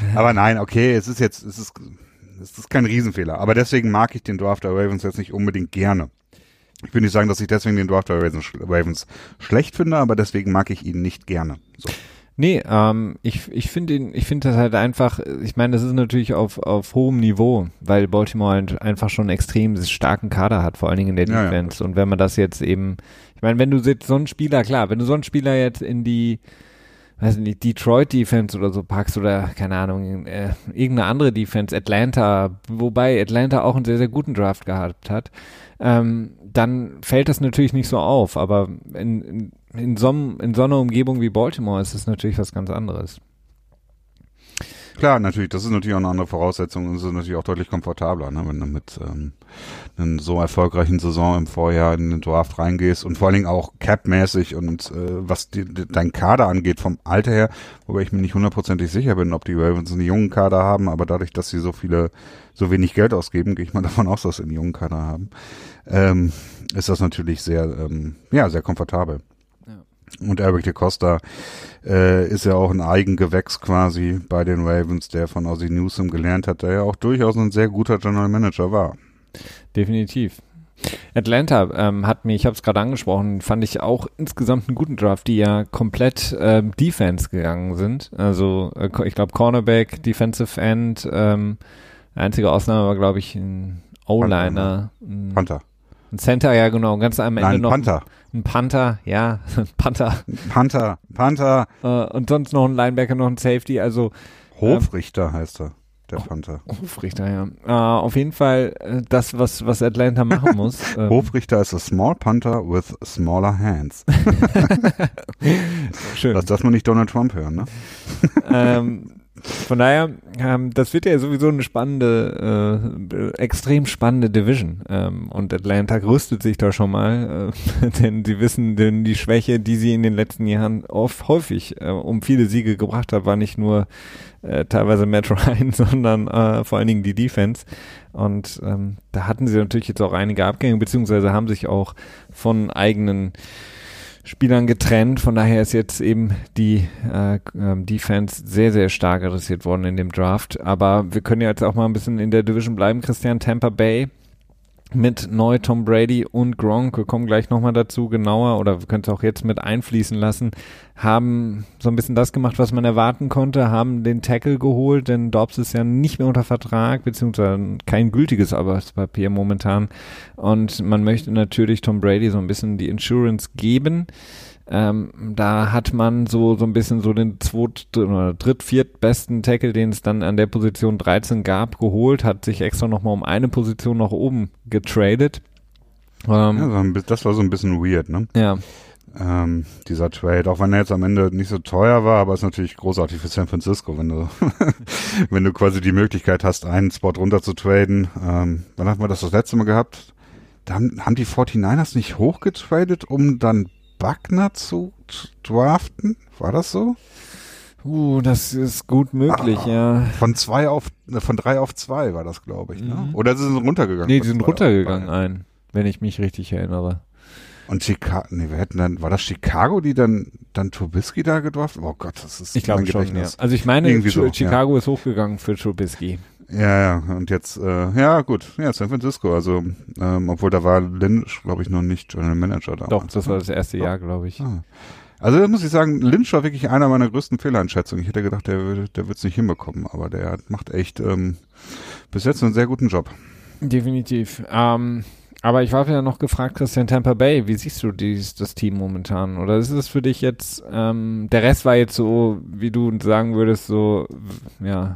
Aber nein, okay, es ist kein Riesenfehler. Aber deswegen mag ich den Draft der Ravens jetzt nicht unbedingt gerne. Ich will nicht sagen, dass ich deswegen den Draft der Ravens schlecht finde, aber deswegen mag ich ihn nicht gerne. So. Nee, ich finde das halt einfach, ich meine, das ist natürlich auf hohem Niveau, weil Baltimore halt einfach schon einen extrem starken Kader hat, vor allen Dingen in der Defense. Ja. Und wenn man das jetzt eben, ich meine, wenn du jetzt so einen Spieler jetzt in die, weiß nicht, Detroit Defense oder so packst oder, keine Ahnung, irgendeine andere Defense, Atlanta, wobei Atlanta auch einen sehr, sehr guten Draft gehabt hat, dann fällt das natürlich nicht so auf, aber in so einer Umgebung wie Baltimore ist es natürlich was ganz anderes. Klar, natürlich, das ist natürlich auch eine andere Voraussetzung und es ist natürlich auch deutlich komfortabler, ne, wenn du mit einer so erfolgreichen Saison im Vorjahr in den Draft reingehst und vor allen Dingen auch Cap-mäßig und was dein Kader angeht vom Alter her, wobei ich mir nicht hundertprozentig sicher bin, ob die Ravens einen jungen Kader haben, aber dadurch, dass sie so wenig Geld ausgeben, gehe ich mal davon aus, dass sie einen jungen Kader haben, ist das natürlich sehr, sehr komfortabel. Und Eric DeCosta ist ja auch ein Eigengewächs quasi bei den Ravens, der von Ozzie Newsome gelernt hat, der ja auch durchaus ein sehr guter General Manager war. Definitiv. Atlanta ich habe es gerade angesprochen, fand ich auch insgesamt einen guten Draft, die ja komplett Defense gegangen sind. Also ich glaube Cornerback, Defensive End, einzige Ausnahme war, glaube ich, ein O-Liner. Panther. Ein Center, ja genau, ganz am Ende noch Panther. Ein Panther, ja, Panther. Und sonst noch ein Linebacker, noch ein Safety, also Hofrichter heißt er, der Panther. Hofrichter, ja. Auf jeden Fall das, was Atlanta machen muss. Hofrichter ist a small Panther with smaller hands. Schön. Das darf man nicht Donald Trump hören, ne? Von daher, das wird ja sowieso eine extrem spannende Division. Und Atlanta rüstet sich da schon mal, denn sie wissen, denn die Schwäche, die sie in den letzten Jahren häufig um viele Siege gebracht hat, war nicht nur teilweise Matt Ryan, sondern vor allen Dingen die Defense. Und da hatten sie natürlich jetzt auch einige Abgänge, beziehungsweise haben sich auch von eigenen Spielern getrennt, von daher ist jetzt eben die Defense sehr, sehr stark adressiert worden in dem Draft, aber wir können ja jetzt auch mal ein bisschen in der Division bleiben, Christian. Tampa Bay mit neu Tom Brady und Gronk, wir kommen gleich nochmal dazu genauer, oder wir können es auch jetzt mit einfließen lassen, haben so ein bisschen das gemacht, was man erwarten konnte, haben den Tackle geholt, denn Dobbs ist ja nicht mehr unter Vertrag, beziehungsweise kein gültiges Arbeitspapier momentan, und man möchte natürlich Tom Brady so ein bisschen die Insurance geben. Da hat man so ein bisschen so den viertbesten Tackle, den es dann an der Position 13 gab, geholt, hat sich extra nochmal um eine Position nach oben getradet. Das war so ein bisschen weird, ne? Ja. Dieser Trade, auch wenn er jetzt am Ende nicht so teuer war, aber ist natürlich großartig für San Francisco, wenn du quasi die Möglichkeit hast, einen Spot runter zu traden. Wann hatten wir das letzte Mal gehabt? Da haben die 49ers nicht hochgetradet, um dann Buckner zu draften? War das so? Das ist gut möglich, ja. Von 3 auf 2 war das, glaube ich, ne? Oder sie sind runtergegangen? Nee, die sind runtergegangen wenn ich mich richtig erinnere. Und war das Chicago, die dann Trubisky da gedraftet? Oh Gott, das ist ich glaube schon, ja. Also ich meine, Chicago ist hochgegangen für Trubisky. Ja, und jetzt, San Francisco, also, obwohl da war Lynch, glaube ich, noch nicht General Manager da. Doch, das war das erste Jahr, glaube ich. Also, da muss ich sagen, Lynch war wirklich einer meiner größten Fehleinschätzungen. Ich hätte gedacht, der wird es nicht hinbekommen, aber der macht echt, bis jetzt einen sehr guten Job. Definitiv. Aber ich war ja noch gefragt, Christian, Tampa Bay, wie siehst du das Team momentan? Oder ist es für dich jetzt, der Rest war jetzt so, wie du sagen würdest, so, ja,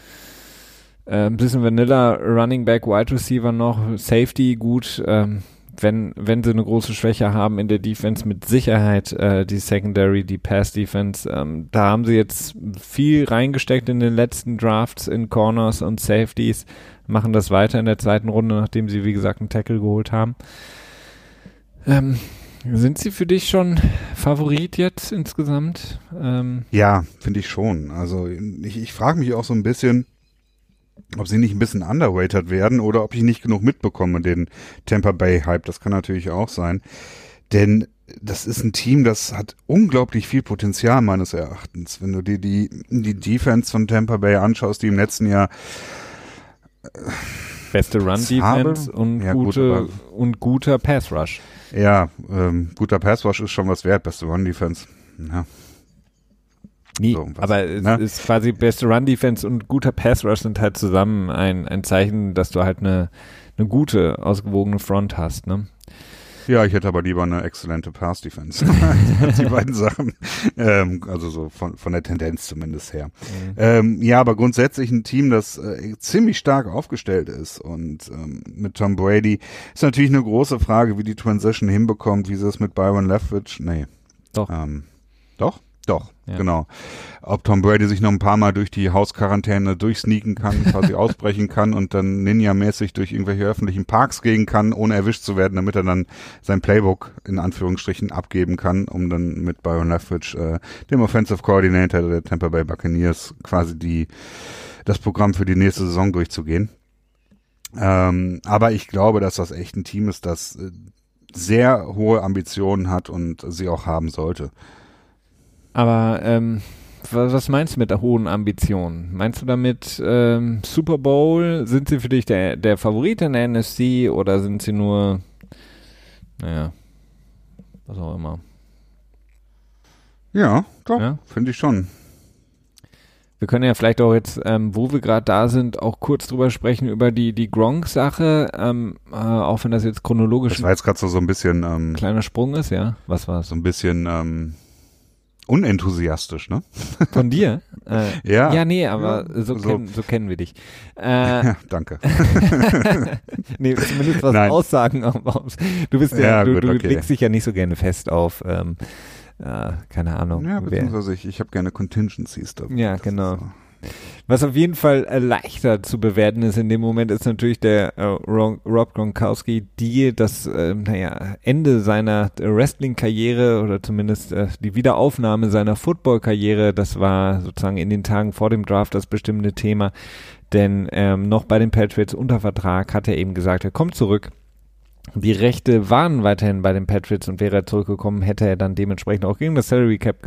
ein bisschen Vanilla, Running Back, Wide Receiver noch, Safety gut, wenn sie eine große Schwäche haben in der Defense, mit Sicherheit die Secondary, die Pass Defense, da haben sie jetzt viel reingesteckt in den letzten Drafts in Corners und Safeties, machen das weiter in der zweiten Runde, nachdem sie, wie gesagt, einen Tackle geholt haben. Sind sie für dich schon Favorit jetzt insgesamt? Ja, finde ich schon. Also ich frage mich auch so ein bisschen, ob sie nicht ein bisschen underrated werden oder ob ich nicht genug mitbekomme, den Tampa Bay Hype. Das kann natürlich auch sein. Denn das ist ein Team, das hat unglaublich viel Potenzial meines Erachtens. Wenn du dir die Defense von Tampa Bay anschaust, die im letzten Jahr beste Run-Defense und guter Pass-Rush. Ja, guter Pass-Rush ist schon was wert, beste Run-Defense. Ja. Nie, so, aber es ist quasi beste Run-Defense und guter Pass-Rush sind halt zusammen ein Zeichen, dass du halt eine gute, ausgewogene Front hast, ne? Ja, ich hätte aber lieber eine exzellente Pass-Defense. Die beiden Sachen. Also so von der Tendenz zumindest her. Ja, aber grundsätzlich ein Team, das ziemlich stark aufgestellt ist. Und mit Tom Brady ist natürlich eine große Frage, wie die Transition hinbekommt, wie sie es mit Byron Leftwich. Nee. Doch. Doch, ja. Genau. Ob Tom Brady sich noch ein paar Mal durch die Hausquarantäne durchsneaken kann, quasi ausbrechen kann und dann Ninja-mäßig durch irgendwelche öffentlichen Parks gehen kann, ohne erwischt zu werden, damit er dann sein Playbook in Anführungsstrichen abgeben kann, um dann mit Byron Leftwich, dem Offensive Coordinator der Tampa Bay Buccaneers, quasi das Programm für die nächste Saison durchzugehen. Aber ich glaube, dass das echt ein Team ist, das sehr hohe Ambitionen hat und sie auch haben sollte. Aber was meinst du mit der hohen Ambition? Meinst du damit Super Bowl? Sind sie für dich der Favorit in der NFC oder sind sie nur, naja, was auch immer? Ja, doch, ja? Finde ich schon. Wir können ja vielleicht auch jetzt, wo wir gerade da sind, auch kurz drüber sprechen, über die Gronk-Sache, auch wenn das jetzt chronologisch das war jetzt gerade so ein bisschen kleiner Sprung ist, ja? Was war's? So ein bisschen unenthusiastisch, ne? Von dir? Ja. Ja, nee, aber so kennen wir dich. Ja, danke. Nee, zumindest was Aussagen. Du bist du legst dich ja nicht so gerne fest auf, keine Ahnung. Ja, beziehungsweise ich habe gerne Contingencies da. Ja, genau. Was auf jeden Fall leichter zu bewerten ist in dem Moment, ist natürlich der Rob Gronkowski, das Ende seiner Wrestling-Karriere oder zumindest die Wiederaufnahme seiner Football-Karriere. Das war sozusagen in den Tagen vor dem Draft das bestimmende Thema, denn noch bei den Patriots unter Vertrag hat er eben gesagt, er kommt zurück. Die Rechte waren weiterhin bei den Patriots und wäre er zurückgekommen, hätte er dann dementsprechend auch gegen das Salary Cap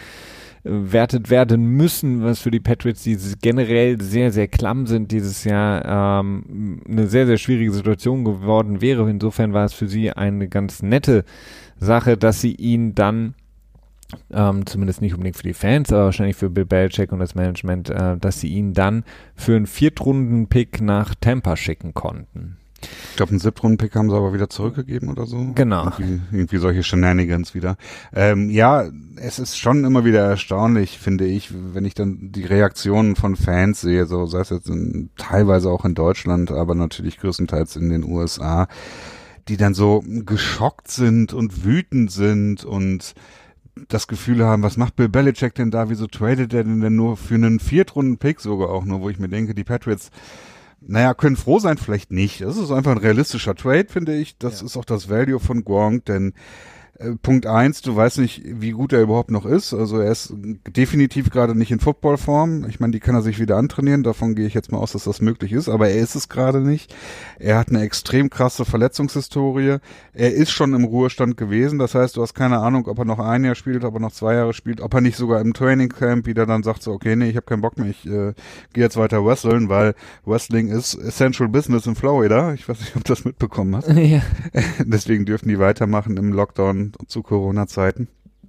gewertet werden müssen, was für die Patriots, die generell sehr, sehr klamm sind, dieses Jahr eine sehr, sehr schwierige Situation geworden wäre. Insofern war es für sie eine ganz nette Sache, dass sie ihn dann, zumindest nicht unbedingt für die Fans, aber wahrscheinlich für Bill Belichick und das Management, dass sie ihn dann für einen 4-Runden-Pick nach Tampa schicken konnten. Ich glaube, einen 7-Runden-Pick haben sie aber wieder zurückgegeben oder so. Genau. Irgendwie solche Shenanigans wieder. Ja, es ist schon immer wieder erstaunlich, finde ich, wenn ich dann die Reaktionen von Fans sehe, so sei es jetzt teilweise auch in Deutschland, aber natürlich größtenteils in den USA, die dann so geschockt sind und wütend sind und das Gefühl haben, was macht Bill Belichick denn da, wieso tradet er denn nur für einen 4-Runden-Pick sogar auch nur, wo ich mir denke, die Patriots können froh sein, vielleicht nicht. Das ist einfach ein realistischer Trade, finde ich. Das ist auch das Value von Gronk, denn Punkt 1, du weißt nicht, wie gut er überhaupt noch ist. Also er ist definitiv gerade nicht in Footballform. Ich meine, die kann er sich wieder antrainieren. Davon gehe ich jetzt mal aus, dass das möglich ist. Aber er ist es gerade nicht. Er hat eine extrem krasse Verletzungshistorie. Er ist schon im Ruhestand gewesen. Das heißt, du hast keine Ahnung, ob er noch ein Jahr spielt, ob er noch 2 Jahre spielt, ob er nicht sogar im Trainingcamp wieder dann sagt so, okay, nee, ich habe keinen Bock mehr. Ich gehe jetzt weiter wresteln, weil Wrestling ist Essential Business in Florida. Ich weiß nicht, ob du das mitbekommen hast. Ja. Deswegen dürfen die weitermachen im Lockdown zu Corona-Zeiten.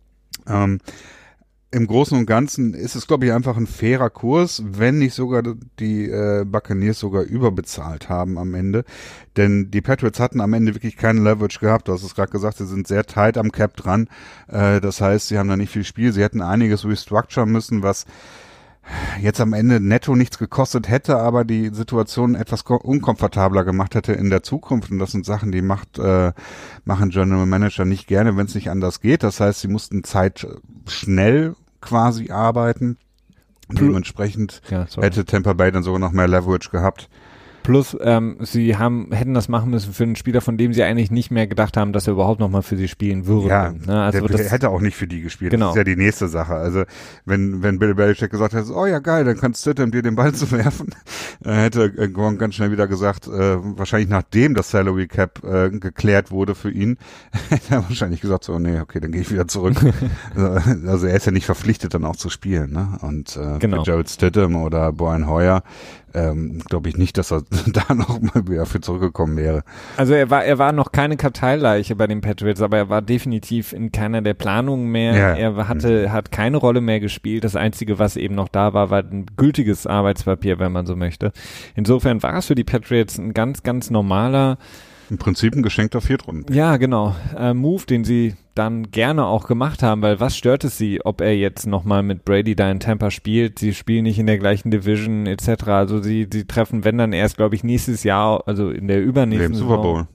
Im Großen und Ganzen ist es, glaube ich, einfach ein fairer Kurs, wenn nicht sogar die Buccaneers sogar überbezahlt haben am Ende. Denn die Patriots hatten am Ende wirklich keinen Leverage gehabt. Du hast es gerade gesagt, sie sind sehr tight am Cap dran. Das heißt, sie haben da nicht viel Spiel. Sie hätten einiges restructuren müssen, was jetzt am Ende netto nichts gekostet hätte, aber die Situation etwas unkomfortabler gemacht hätte in der Zukunft. Und das sind Sachen, die machen General Manager nicht gerne, wenn es nicht anders geht. Das heißt, sie mussten schnell quasi arbeiten. Dementsprechend hätte Tampa Bay dann sogar noch mehr Leverage gehabt. Plus, sie hätten das machen müssen für einen Spieler, von dem sie eigentlich nicht mehr gedacht haben, dass er überhaupt nochmal für sie spielen würde. Ja, ne? Also der hätte auch nicht für die gespielt. Genau. Das ist ja die nächste Sache. Also wenn Bill Belichick gesagt hätte, oh ja geil, dann kannst Stidham dir den Ball zu werfen, hätte Gronk ganz schnell wieder gesagt, wahrscheinlich nachdem das Salary Cap geklärt wurde für ihn, hätte er wahrscheinlich gesagt, so nee, okay, dann gehe ich wieder zurück. Also er ist ja nicht verpflichtet, dann auch zu spielen. Ne? Und genau. für Jarrett Stidham oder Brian Hoyer glaube ich nicht, dass er da noch mal wieder für zurückgekommen wäre. Also er war noch keine Karteileiche bei den Patriots, aber er war definitiv in keiner der Planungen mehr. Ja. Er hat keine Rolle mehr gespielt. Das Einzige, was eben noch da war ein gültiges Arbeitspapier, wenn man so möchte. Insofern war es für die Patriots ein ganz, ganz normaler, im Prinzip ein geschenkter Viertrunden. Ja, genau. Move, den sie dann gerne auch gemacht haben, weil was stört es sie, ob er jetzt nochmal mit Brady da in Tampa spielt? Sie spielen nicht in der gleichen Division etc. Also sie treffen, wenn dann erst, glaube ich, nächstes Jahr, also in der übernächsten Saison. Super Bowl.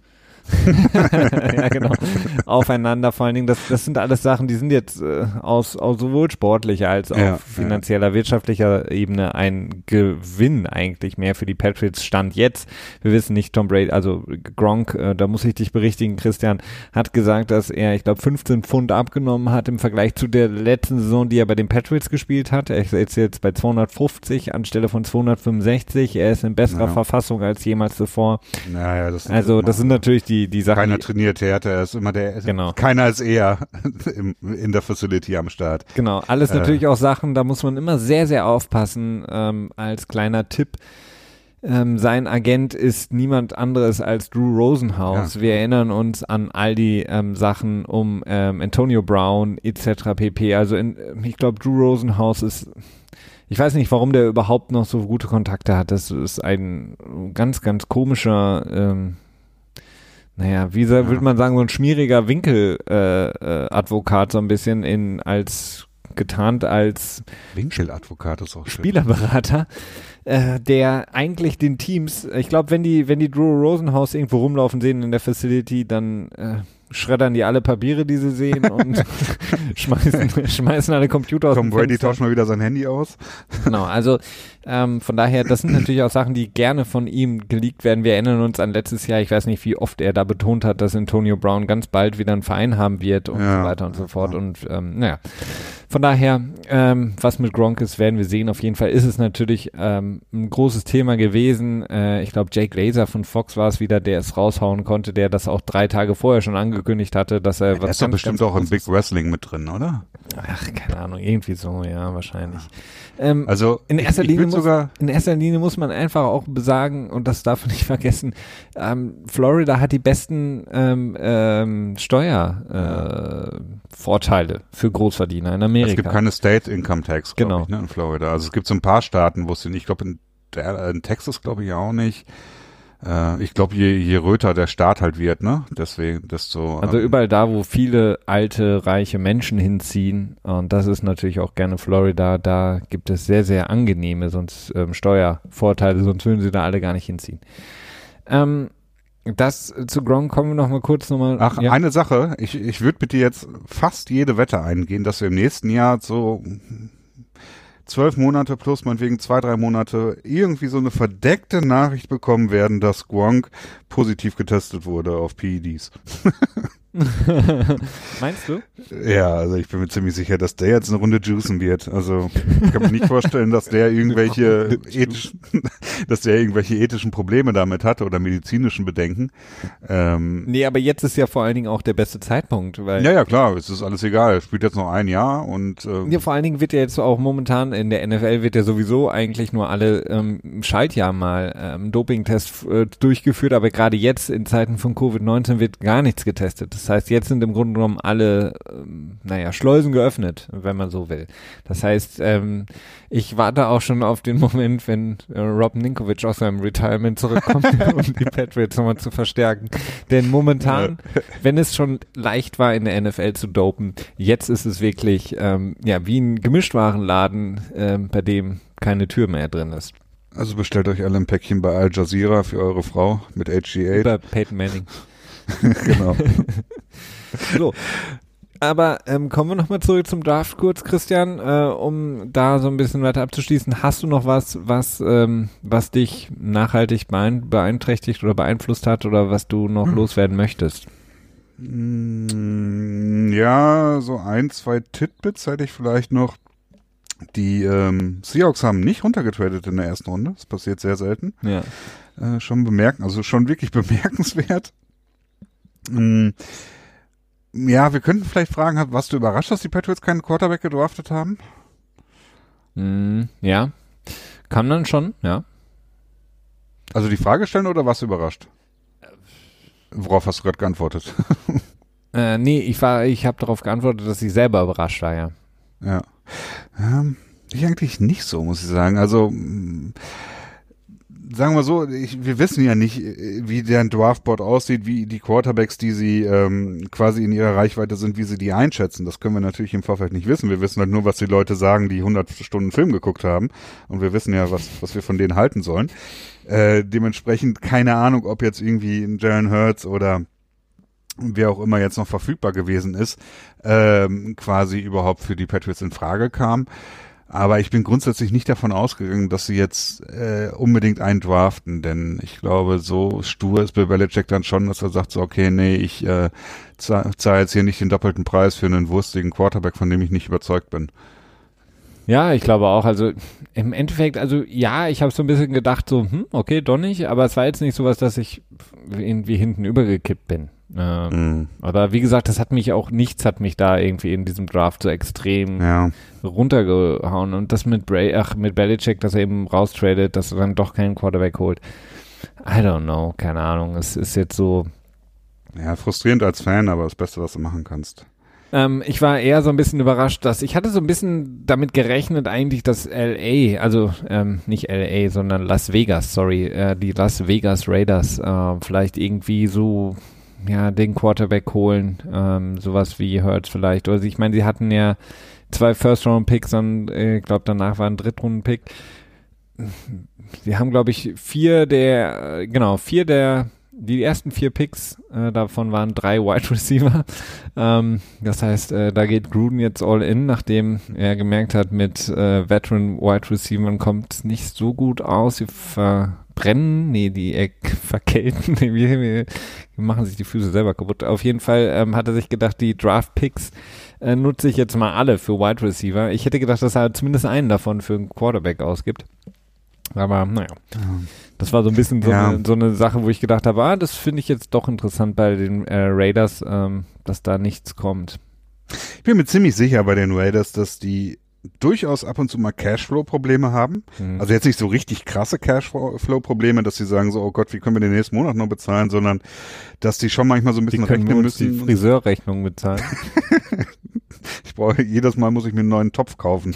Ja, genau. Aufeinander vor allen Dingen. Das sind alles Sachen, die sind jetzt aus sowohl sportlicher als auch finanzieller, wirtschaftlicher Ebene ein Gewinn eigentlich mehr für die Patriots Stand jetzt. Wir wissen nicht, Tom Brady, also Gronk, da muss ich dich berichtigen, Christian, hat gesagt, dass er, ich glaube, 15 Pfund abgenommen hat im Vergleich zu der letzten Saison, die er bei den Patriots gespielt hat. Er ist jetzt bei 250 anstelle von 265. Er ist in besserer Verfassung als jemals zuvor. Naja, das sind natürlich die Sachen. Keiner trainiert härter, er ist immer genau. Keiner ist eher in der Facility am Start. Genau, alles natürlich auch Sachen, da muss man immer sehr, sehr aufpassen, als kleiner Tipp. Sein Agent ist niemand anderes als Drew Rosenhaus. Ja. Wir erinnern uns an all die Sachen um Antonio Brown etc. pp. Also ich glaube, Drew Rosenhaus ist, ich weiß nicht, warum der überhaupt noch so gute Kontakte hat. Das ist ein ganz, ganz komischer würde man sagen, so ein schmieriger Winkeladvokat so ein bisschen getarnt als Winkeladvokat ist auch schön. Spielerberater, der eigentlich den Teams, ich glaube, wenn die Drew Rosenhaus irgendwo rumlaufen sehen in der Facility, dann schreddern die alle Papiere, die sie sehen und schmeißen alle Computer aus dem Fenster. Tom Brady tauscht mal wieder sein Handy aus. Genau, also von daher, das sind natürlich auch Sachen, die gerne von ihm geleakt werden. Wir erinnern uns an letztes Jahr, ich weiß nicht, wie oft er da betont hat, dass Antonio Brown ganz bald wieder einen Verein haben wird und so weiter und so fort. Und von daher, was mit Gronk ist, werden wir sehen. Auf jeden Fall ist es natürlich ein großes Thema gewesen. Ich glaube, Jake Glazer von Fox war es wieder, der es raushauen konnte, der das auch 3 Tage vorher schon angekündigt hatte, dass er was ist doch bestimmt auch im Big Wrestling mit drin, oder? Ach, keine Ahnung, irgendwie so, ja, wahrscheinlich. Also in erster Linie muss man einfach auch besagen, und das darf man nicht vergessen, Florida hat die besten Steuervorteile für Großverdiener in Amerika. Es gibt keine State Income Tax, glaube ich, in Florida. Also es gibt so ein paar Staaten, wo es nicht, ich glaube in Texas glaube ich auch nicht. Ich glaube, je röter der Staat halt wird, ne, deswegen, desto. Also überall da, wo viele alte, reiche Menschen hinziehen, und das ist natürlich auch gerne Florida, da gibt es sehr, sehr angenehme Steuervorteile, sonst würden sie da alle gar nicht hinziehen. Das zu Gronk kommen wir noch mal kurz nochmal. Ach, ja. Eine Sache, ich würde mit dir jetzt fast jede Wette eingehen, dass wir im nächsten Jahr so 12 Monate plus meinetwegen 2-3 Monate irgendwie so eine verdeckte Nachricht bekommen werden, dass Gronk positiv getestet wurde auf PEDs. Meinst du? Ja, also ich bin mir ziemlich sicher, dass der jetzt eine Runde juicen wird. Also ich kann mir nicht vorstellen, dass der irgendwelche ethischen Probleme damit hatte oder medizinischen Bedenken. Nee, aber jetzt ist ja vor allen Dingen auch der beste Zeitpunkt, weil. Ja, klar, es ist alles egal. Er spielt jetzt noch 1 Jahr und ja, vor allen Dingen wird ja jetzt auch momentan in der NFL wird ja sowieso eigentlich nur alle Schaltjahr mal Dopingtest durchgeführt, aber gerade jetzt in Zeiten von Covid-19 wird gar nichts getestet. Das heißt, jetzt sind im Grunde genommen alle, Schleusen geöffnet, wenn man so will. Das heißt, ich warte auch schon auf den Moment, wenn Rob Ninkovich aus seinem Retirement zurückkommt, um die Patriots nochmal zu verstärken. Denn momentan, wenn es schon leicht war, in der NFL zu dopen, jetzt ist es wirklich, wie ein Gemischtwarenladen, bei dem keine Tür mehr drin ist. Also bestellt euch alle ein Päckchen bei Al Jazeera für eure Frau mit HGA. Über Peyton Manning. Genau. So. Aber kommen wir nochmal zurück zum Draft kurz, Christian, um da so ein bisschen weiter abzuschließen. Hast du noch was dich nachhaltig beeinträchtigt oder beeinflusst hat oder was du noch loswerden möchtest? Ja, so 1-2 Titbits hätte ich vielleicht noch. Die Seahawks haben nicht runtergetradet in der ersten Runde. Das passiert sehr selten. Ja. Schon wirklich bemerkenswert. Ja, wir könnten vielleicht fragen, warst du überrascht, dass die Patriots keinen Quarterback gedraftet haben? Ja, kann dann schon, ja. Also die Frage stellen oder warst du überrascht? Worauf hast du gerade geantwortet? Nee, ich habe darauf geantwortet, dass ich selber überrascht war, ja. Ja. Ich eigentlich nicht so, muss ich sagen. Also sagen wir so, wir wissen ja nicht, wie deren Draftboard aussieht, wie die Quarterbacks, die sie quasi in ihrer Reichweite sind, wie sie die einschätzen. Das können wir natürlich im Vorfeld nicht wissen. Wir wissen halt nur, was die Leute sagen, die 100 Stunden Film geguckt haben. Und wir wissen ja, was wir von denen halten sollen. Dementsprechend keine Ahnung, ob jetzt irgendwie ein Jalen Hurts oder wer auch immer jetzt noch verfügbar gewesen ist, quasi überhaupt für die Patriots in Frage kam. Aber ich bin grundsätzlich nicht davon ausgegangen, dass sie jetzt unbedingt einen draften, denn ich glaube, so stur ist Bill Belichick dann schon, dass er sagt so, okay, nee, ich zahle jetzt hier nicht den doppelten Preis für einen wurstigen Quarterback, von dem ich nicht überzeugt bin. Ja, ich glaube auch, also im Endeffekt, also ja, ich habe so ein bisschen gedacht so, okay, doch nicht, aber es war jetzt nicht sowas, dass ich irgendwie hinten übergekippt bin. Aber wie gesagt, nichts hat mich da irgendwie in diesem Draft so extrem runtergehauen und das mit Belichick, dass er eben raustradet, dass er dann doch keinen Quarterback holt. I don't know, keine Ahnung, es ist jetzt so. Ja, frustrierend als Fan, aber das Beste, was du machen kannst. Ich war eher so ein bisschen überrascht, ich hatte so ein bisschen damit gerechnet eigentlich, dass nicht LA, sondern Las Vegas, die Las Vegas Raiders vielleicht irgendwie so den Quarterback holen, sowas wie Hurts vielleicht. Oder ich meine, sie hatten ja 2 First-Round-Picks und ich glaube, danach war ein Drittrunden-Pick. Sie haben, glaube ich, die ersten 4 Picks, davon waren 3 Wide Receiver. Das heißt, da geht Gruden jetzt all in, nachdem er gemerkt hat, mit Veteran Wide Receivern kommt es nicht so gut aus. Sie verkälten, die machen sich die Füße selber kaputt. Auf jeden Fall hat er sich gedacht, die Draft Picks nutze ich jetzt mal alle für Wide Receiver. Ich hätte gedacht, dass er zumindest einen davon für einen Quarterback ausgibt. Aber naja, das war so ein bisschen so eine Sache, wo ich gedacht habe, das finde ich jetzt doch interessant bei den Raiders, dass da nichts kommt. Ich bin mir ziemlich sicher bei den Raiders, dass die durchaus ab und zu mal Cashflow-Probleme haben. Also jetzt nicht so richtig krasse Cashflow-Probleme, dass sie sagen so, oh Gott, wie können wir den nächsten Monat noch bezahlen, sondern dass die schon manchmal so ein bisschen rechnen müssen. Die Friseurrechnung bezahlen. Jedes Mal muss ich mir einen neuen Topf kaufen.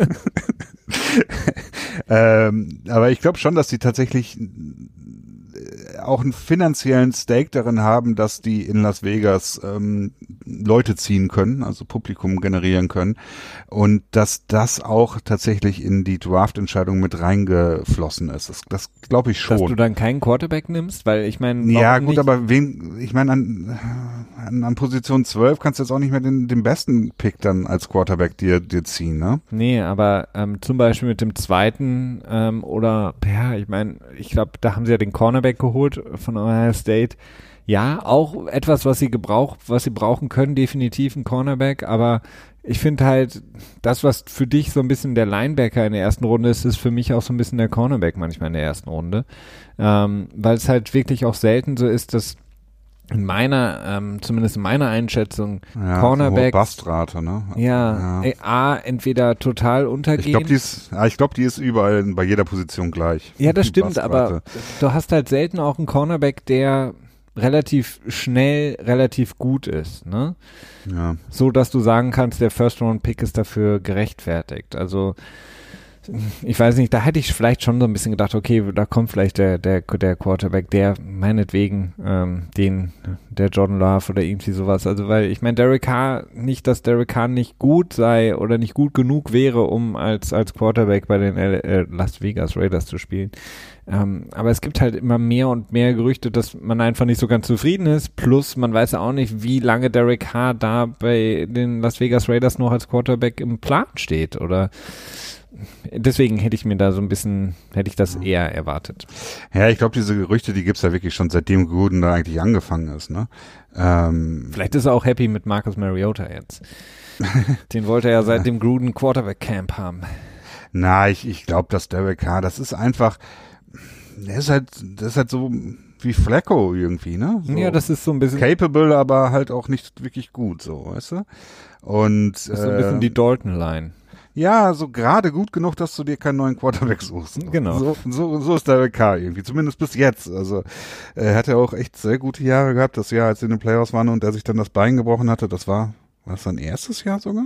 Aber ich glaube schon, dass die tatsächlich auch einen finanziellen Stake darin haben, dass die in Las Vegas Leute ziehen können, also Publikum generieren können und dass das auch tatsächlich in die Draft-Entscheidung mit reingeflossen ist. Das glaube ich schon. Dass du dann keinen Quarterback nimmst, weil ich meine... Ja gut, aber an Position 12 kannst du jetzt auch nicht mehr den besten Pick dann als Quarterback dir ziehen, ne? Nee, aber zum Beispiel mit dem zweiten ich glaube, da haben sie ja den Cornerback geholt von Ohio State. Ja, auch etwas, was sie brauchen können, definitiv ein Cornerback, aber ich finde halt, das, was für dich so ein bisschen der Linebacker in der ersten Runde ist, ist für mich auch so ein bisschen der Cornerback manchmal in der ersten Runde, weil es halt wirklich auch selten so ist, dass zumindest in meiner Einschätzung, Cornerbacks. So Bustrate, ne? Entweder total untergehen. Ich glaube, die ist überall bei jeder Position gleich. Ja, das stimmt, aber du hast halt selten auch einen Cornerback, der relativ schnell, relativ gut ist, ne? Ja. So, dass du sagen kannst, der First-Round-Pick ist dafür gerechtfertigt. Also, ich weiß nicht, da hätte ich vielleicht schon so ein bisschen gedacht, okay, da kommt vielleicht der Quarterback, der meinetwegen der Jordan Love oder irgendwie sowas. Also weil ich meine, Derek Carr, nicht, dass Derek Carr nicht gut sei oder nicht gut genug wäre, um als Quarterback bei den Las Vegas Raiders zu spielen. Aber es gibt halt immer mehr und mehr Gerüchte, dass man einfach nicht so ganz zufrieden ist. Plus man weiß ja auch nicht, wie lange Derek Carr da bei den Las Vegas Raiders noch als Quarterback im Plan steht. Oder deswegen hätte ich das eher erwartet. Ja, ich glaube, diese Gerüchte, die gibt's ja wirklich schon seitdem Gruden da eigentlich angefangen ist, ne? Vielleicht ist er auch happy mit Marcus Mariota jetzt. Den wollte er ja seit dem Gruden Quarterback Camp haben. Na, ich glaube, dass Derek Carr, das ist halt so wie Flacco irgendwie, ne? So ja, das ist so ein bisschen capable, aber halt auch nicht wirklich gut, so, weißt du? Und das ist so ein bisschen die Dalton-Line. Ja, so gerade gut genug, dass du dir keinen neuen Quarterback suchst. Genau. So ist Derek Carr irgendwie, zumindest bis jetzt. Also er hat ja auch echt sehr gute Jahre gehabt. Das Jahr, als sie in den Playoffs waren und er sich dann das Bein gebrochen hatte, war das sein erstes Jahr sogar?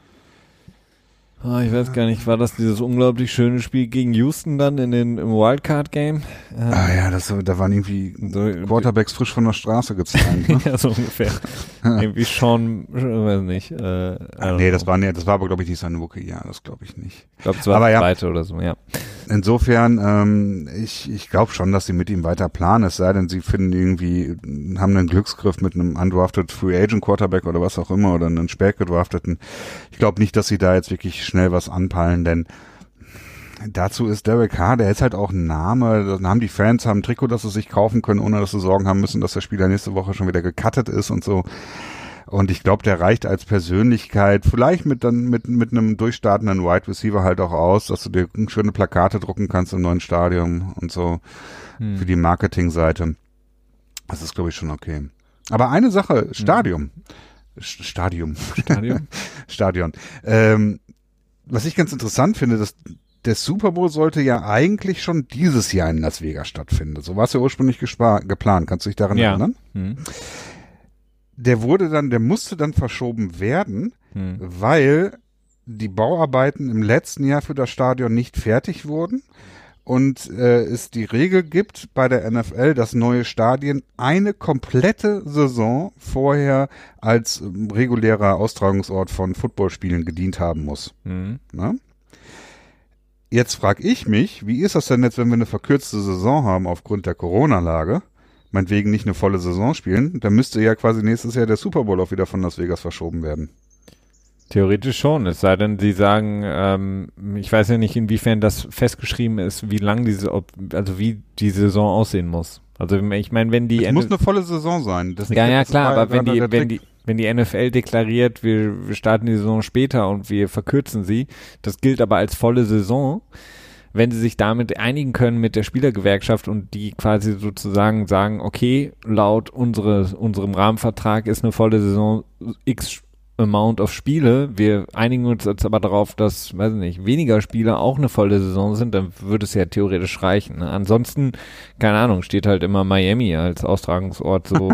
Ich weiß gar nicht, war das dieses unglaublich schöne Spiel gegen Houston dann im Wildcard-Game? Ja, da waren irgendwie Quarterbacks frisch von der Straße gezogen. Ne? Ja, so ungefähr. Irgendwie Sean, weiß nicht. Nee, das war aber, glaube ich, nicht sein Rookie-Jahr, das glaube ich nicht. Ich glaube, es war das zweite oder so, ja. Insofern, ich glaube schon, dass sie mit ihm weiter planen, es sei denn, sie haben einen Glücksgriff mit einem undrafted Free Agent Quarterback oder was auch immer oder einen spät gedrafteten. Ich glaube nicht, dass sie da jetzt wirklich schnell was anpeilen, denn dazu ist Derek Carr, der ist halt auch ein Name, dann haben die Fans ein Trikot, das sie sich kaufen können, ohne dass sie Sorgen haben müssen, dass der Spieler nächste Woche schon wieder gecuttet ist und so. Und ich glaube, der reicht als Persönlichkeit vielleicht mit einem durchstartenden Wide Receiver halt auch aus, dass du dir schöne Plakate drucken kannst im neuen Stadion und so für die Marketingseite. Das ist, glaube ich, schon okay. Aber eine Sache, Stadion. Was ich ganz interessant finde, dass der Super Bowl sollte ja eigentlich schon dieses Jahr in Las Vegas stattfinden. So war es ja ursprünglich geplant. Kannst du dich daran erinnern? Der musste dann verschoben werden, weil die Bauarbeiten im letzten Jahr für das Stadion nicht fertig wurden und es die Regel gibt bei der NFL, dass neue Stadien eine komplette Saison vorher als regulärer Austragungsort von Footballspielen gedient haben muss. Na? Jetzt frage ich mich, wie ist das denn jetzt, wenn wir eine verkürzte Saison haben aufgrund der Corona-Lage? Meinetwegen nicht eine volle Saison spielen, dann müsste ja quasi nächstes Jahr der Super Bowl auch wieder von Las Vegas verschoben werden. Theoretisch schon, es sei denn, sie sagen, ich weiß ja nicht, inwiefern das festgeschrieben ist, wie die Saison aussehen muss. Also ich meine, wenn die... Es muss eine volle Saison sein. Ja, klar, aber wenn die NFL deklariert, wir starten die Saison später und wir verkürzen sie, das gilt aber als volle Saison. Wenn sie sich damit einigen können mit der Spielergewerkschaft und die quasi sozusagen sagen, okay, laut unserem Rahmenvertrag ist eine volle Saison x Amount of Spiele, wir einigen uns jetzt aber darauf, dass, weiß ich nicht, weniger Spiele auch eine volle Saison sind, dann würde es ja theoretisch reichen. Ne? Ansonsten, keine Ahnung, steht halt immer Miami als Austragungsort so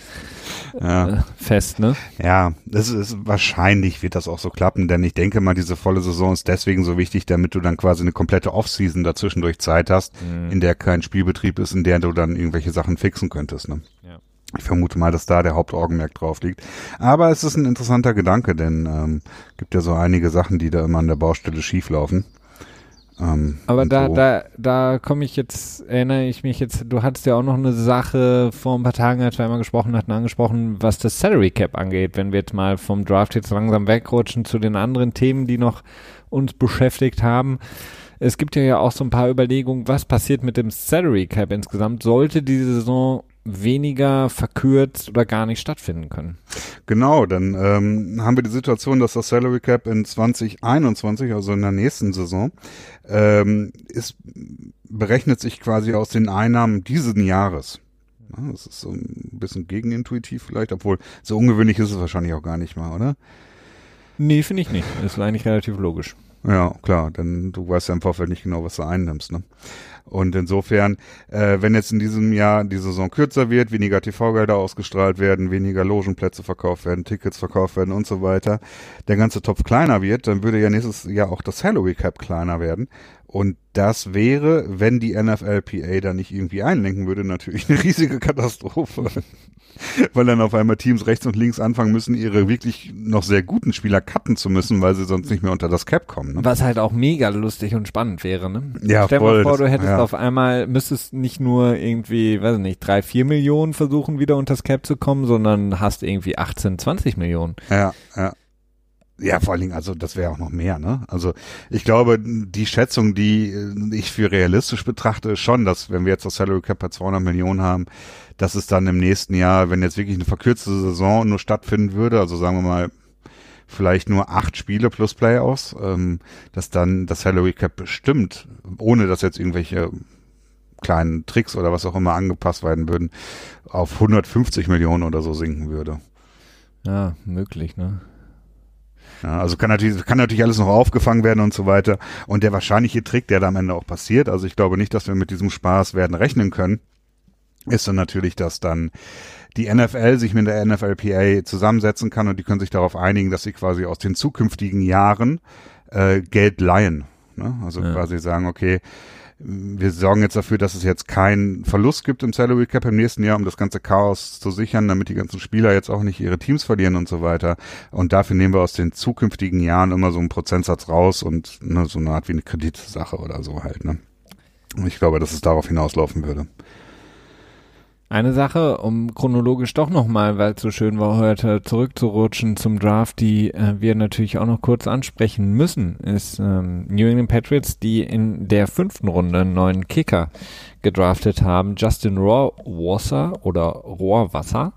fest, ne? Ja, wahrscheinlich wird das auch so klappen, denn ich denke mal, diese volle Saison ist deswegen so wichtig, damit du dann quasi eine komplette Offseason dazwischendurch Zeit hast, in der kein Spielbetrieb ist, in der du dann irgendwelche Sachen fixen könntest, ne? Ja. Ich vermute mal, dass da der Hauptaugenmerk drauf liegt. Aber es ist ein interessanter Gedanke, denn gibt ja so einige Sachen, die da immer an der Baustelle schieflaufen. Aber da erinnere ich mich jetzt, du hattest ja auch noch eine Sache vor ein paar Tagen, als wir einmal gesprochen hatten, angesprochen, was das Salary Cap angeht, wenn wir jetzt mal vom Draft jetzt langsam wegrutschen zu den anderen Themen, die noch uns beschäftigt haben. Es gibt ja auch so ein paar Überlegungen, was passiert mit dem Salary Cap insgesamt, sollte diese Saison weniger verkürzt oder gar nicht stattfinden können. Genau, dann haben wir die Situation, dass das Salary Cap in 2021, also in der nächsten Saison, berechnet sich quasi aus den Einnahmen dieses Jahres. Ja, das ist so ein bisschen gegenintuitiv vielleicht, obwohl so ungewöhnlich ist es wahrscheinlich auch gar nicht mal, oder? Nee, finde ich nicht. Ist eigentlich relativ logisch. Ja, klar, denn du weißt ja im Vorfeld nicht genau, was du einnimmst, ne? Und insofern, wenn jetzt in diesem Jahr die Saison kürzer wird, weniger TV-Gelder ausgestrahlt werden, weniger Logenplätze verkauft werden, Tickets verkauft werden und so weiter, der ganze Topf kleiner wird, dann würde ja nächstes Jahr auch das Salary Cap kleiner werden. Und das wäre, wenn die NFLPA da nicht irgendwie einlenken würde, natürlich eine riesige Katastrophe. Weil dann auf einmal Teams rechts und links anfangen müssen, ihre wirklich noch sehr guten Spieler cutten zu müssen, weil sie sonst nicht mehr unter das Cap kommen. Ne? Was halt auch mega lustig und spannend wäre, ne? Ja, Stell dir voll, mal vor, du hättest ja. auf einmal, müsstest nicht nur irgendwie, weiß ich nicht, 3-4 Millionen versuchen, wieder unter das Cap zu kommen, sondern hast irgendwie 18-20 Millionen. Ja, ja. Ja, vor allen Dingen, also das wäre auch noch mehr, ne? Also ich glaube, die Schätzung, die ich für realistisch betrachte, ist schon, dass wenn wir jetzt das Salary Cap bei 200 Millionen haben, dass es dann im nächsten Jahr, wenn jetzt wirklich eine verkürzte Saison nur stattfinden würde, also sagen wir mal vielleicht nur 8 Spiele plus Playoffs, dass dann das Salary Cap bestimmt, ohne dass jetzt irgendwelche kleinen Tricks oder was auch immer angepasst werden würden, auf 150 Millionen oder so sinken würde. Ja, möglich, ne? Ja, also kann natürlich alles noch aufgefangen werden und so weiter. Und der wahrscheinliche Trick, der da am Ende auch passiert, also ich glaube nicht, dass wir mit diesem Spaß werden rechnen können, ist dann natürlich, dass dann die NFL sich mit der NFLPA zusammensetzen kann und die können sich darauf einigen, dass sie quasi aus den zukünftigen Jahren Geld leihen. Ne? Also quasi sagen, okay, wir sorgen jetzt dafür, dass es jetzt keinen Verlust gibt im Salary Cap im nächsten Jahr, um das ganze Chaos zu sichern, damit die ganzen Spieler jetzt auch nicht ihre Teams verlieren und so weiter. Und dafür nehmen wir aus den zukünftigen Jahren immer so einen Prozentsatz raus und ne, so eine Art wie eine Kreditsache oder so halt. Ne? Und ich glaube, dass es darauf hinauslaufen würde. Eine Sache, um chronologisch doch nochmal, weil es so schön war, heute zurückzurutschen zum Draft, die wir natürlich auch noch kurz ansprechen müssen, ist New England Patriots, die in der 5. Runde einen neuen Kicker gedraftet haben, Justin Rohrwasser oder Rohrwasser,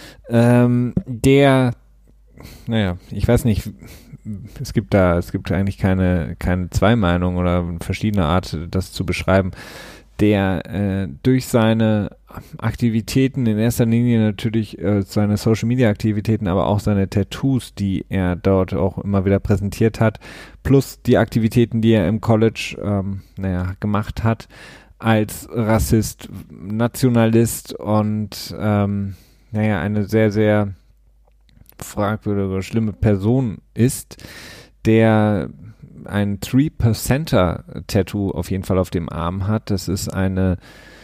der, naja, ich weiß nicht, es gibt eigentlich keine zwei Meinungen oder verschiedene Art, das zu beschreiben, der durch seine Aktivitäten, in erster Linie natürlich seine Social-Media-Aktivitäten, aber auch seine Tattoos, die er dort auch immer wieder präsentiert hat, plus die Aktivitäten, die er im College gemacht hat, als Rassist, Nationalist und eine sehr, sehr fragwürdige, schlimme Person ist, der ein 3%er-Tattoo auf jeden Fall auf dem Arm hat. Das ist eine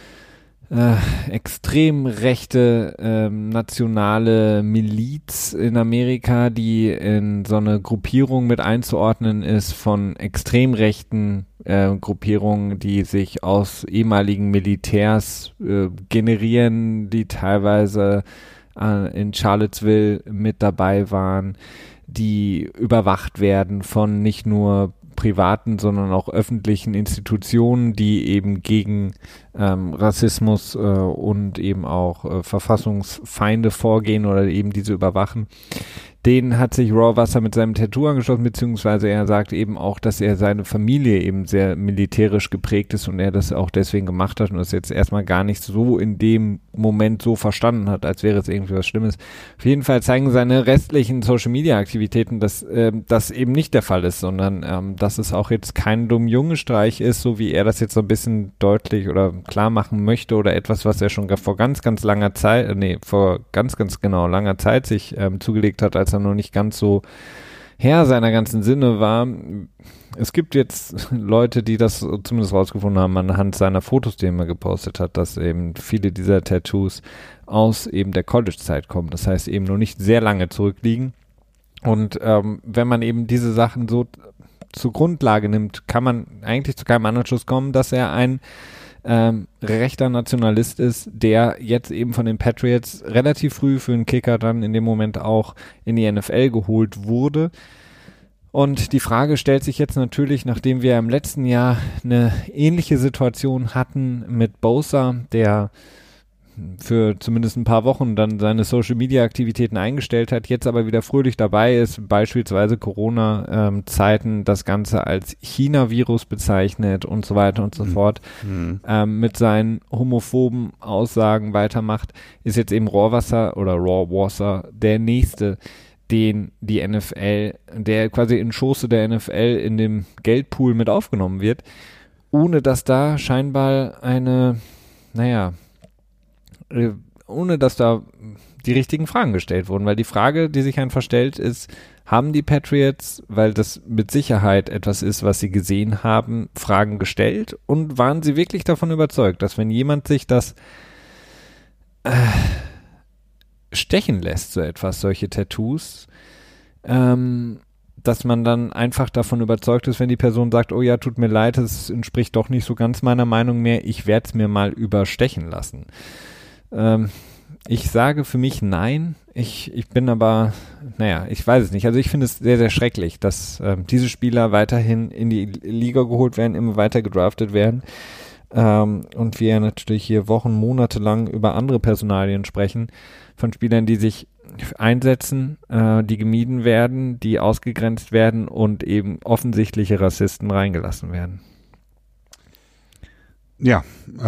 extrem rechte nationale Miliz in Amerika, die in so eine Gruppierung mit einzuordnen ist von extrem rechten Gruppierungen, die sich aus ehemaligen Militärs generieren, die teilweise in Charlottesville mit dabei waren, die überwacht werden von nicht nur privaten, sondern auch öffentlichen Institutionen, die eben gegen Rassismus und eben auch Verfassungsfeinde vorgehen oder eben diese überwachen. Den hat sich Rohrwasser mit seinem Tattoo angeschlossen, beziehungsweise er sagt eben auch, dass er seine Familie eben sehr militärisch geprägt ist und er das auch deswegen gemacht hat und das jetzt erstmal gar nicht so in dem Moment so verstanden hat, als wäre es irgendwie was Schlimmes. Auf jeden Fall zeigen seine restlichen Social-Media-Aktivitäten, dass das eben nicht der Fall ist, sondern dass es auch jetzt kein dumm-junge-Streich ist, so wie er das jetzt so ein bisschen deutlich oder klar machen möchte oder etwas, was er schon vor ganz, ganz langer Zeit, langer Zeit sich zugelegt hat, als er noch nicht ganz so Herr seiner ganzen Sinne war. Es gibt jetzt Leute, die das zumindest rausgefunden haben anhand seiner Fotos, die er immer gepostet hat, dass eben viele dieser Tattoos aus eben der College-Zeit kommen. Das heißt eben noch nicht sehr lange zurückliegen. Und wenn man eben diese Sachen so zur Grundlage nimmt, kann man eigentlich zu keinem anderen Schluss kommen, dass er ein rechter Nationalist ist, der jetzt eben von den Patriots relativ früh für einen Kicker dann in dem Moment auch in die NFL geholt wurde. Und die Frage stellt sich jetzt natürlich, nachdem wir im letzten Jahr eine ähnliche Situation hatten mit Bosa, der für zumindest ein paar Wochen dann seine Social-Media-Aktivitäten eingestellt hat, jetzt aber wieder fröhlich dabei ist, beispielsweise Corona-Zeiten das Ganze als China-Virus bezeichnet und so weiter und so fort, mit seinen homophoben Aussagen weitermacht, ist jetzt eben Rohrwasser der Nächste, den die NFL, der quasi in Schoße der NFL in dem Geldpool mit aufgenommen wird, ohne dass da scheinbar ohne dass da die richtigen Fragen gestellt wurden, weil die Frage, die sich einfach stellt, ist, haben die Patriots, weil das mit Sicherheit etwas ist, was sie gesehen haben, Fragen gestellt und waren sie wirklich davon überzeugt, dass wenn jemand sich das stechen lässt, so etwas, solche Tattoos, dass man dann einfach davon überzeugt ist, wenn die Person sagt, oh ja, tut mir leid, es entspricht doch nicht so ganz meiner Meinung mehr, ich werde es mir mal überstechen lassen. Ich sage für mich nein, ich bin aber, ich weiß es nicht. Also ich finde es sehr, sehr schrecklich, dass diese Spieler weiterhin in die Liga geholt werden, immer weiter gedraftet werden und wir natürlich hier Wochen, Monate lang über andere Personalien sprechen, von Spielern, die sich einsetzen, die gemieden werden, die ausgegrenzt werden und eben offensichtliche Rassisten reingelassen werden. Ja,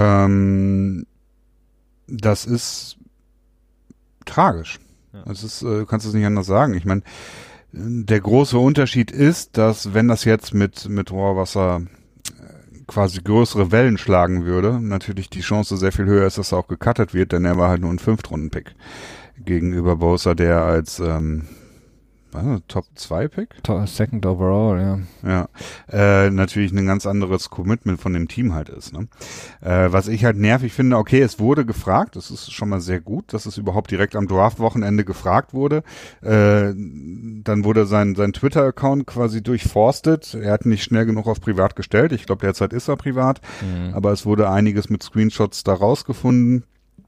das ist tragisch. Ja. Das ist, du kannst es nicht anders sagen. Ich meine, der große Unterschied ist, dass wenn das jetzt mit Rohrwasser quasi größere Wellen schlagen würde, natürlich die Chance sehr viel höher ist, dass er auch gecuttet wird, denn er war halt nur ein 5-Runden-Pick gegenüber Bosa, der als Top-2-Pick? Second overall, ja. Natürlich ein ganz anderes Commitment von dem Team halt ist. Ne? Was ich halt nervig finde, okay, es wurde gefragt, das ist schon mal sehr gut, dass es überhaupt direkt am Draft-Wochenende gefragt wurde. Dann wurde sein Twitter-Account quasi durchforstet. Er hat nicht schnell genug auf privat gestellt. Ich glaube, derzeit ist er privat. Aber es wurde einiges mit Screenshots da rausgefunden.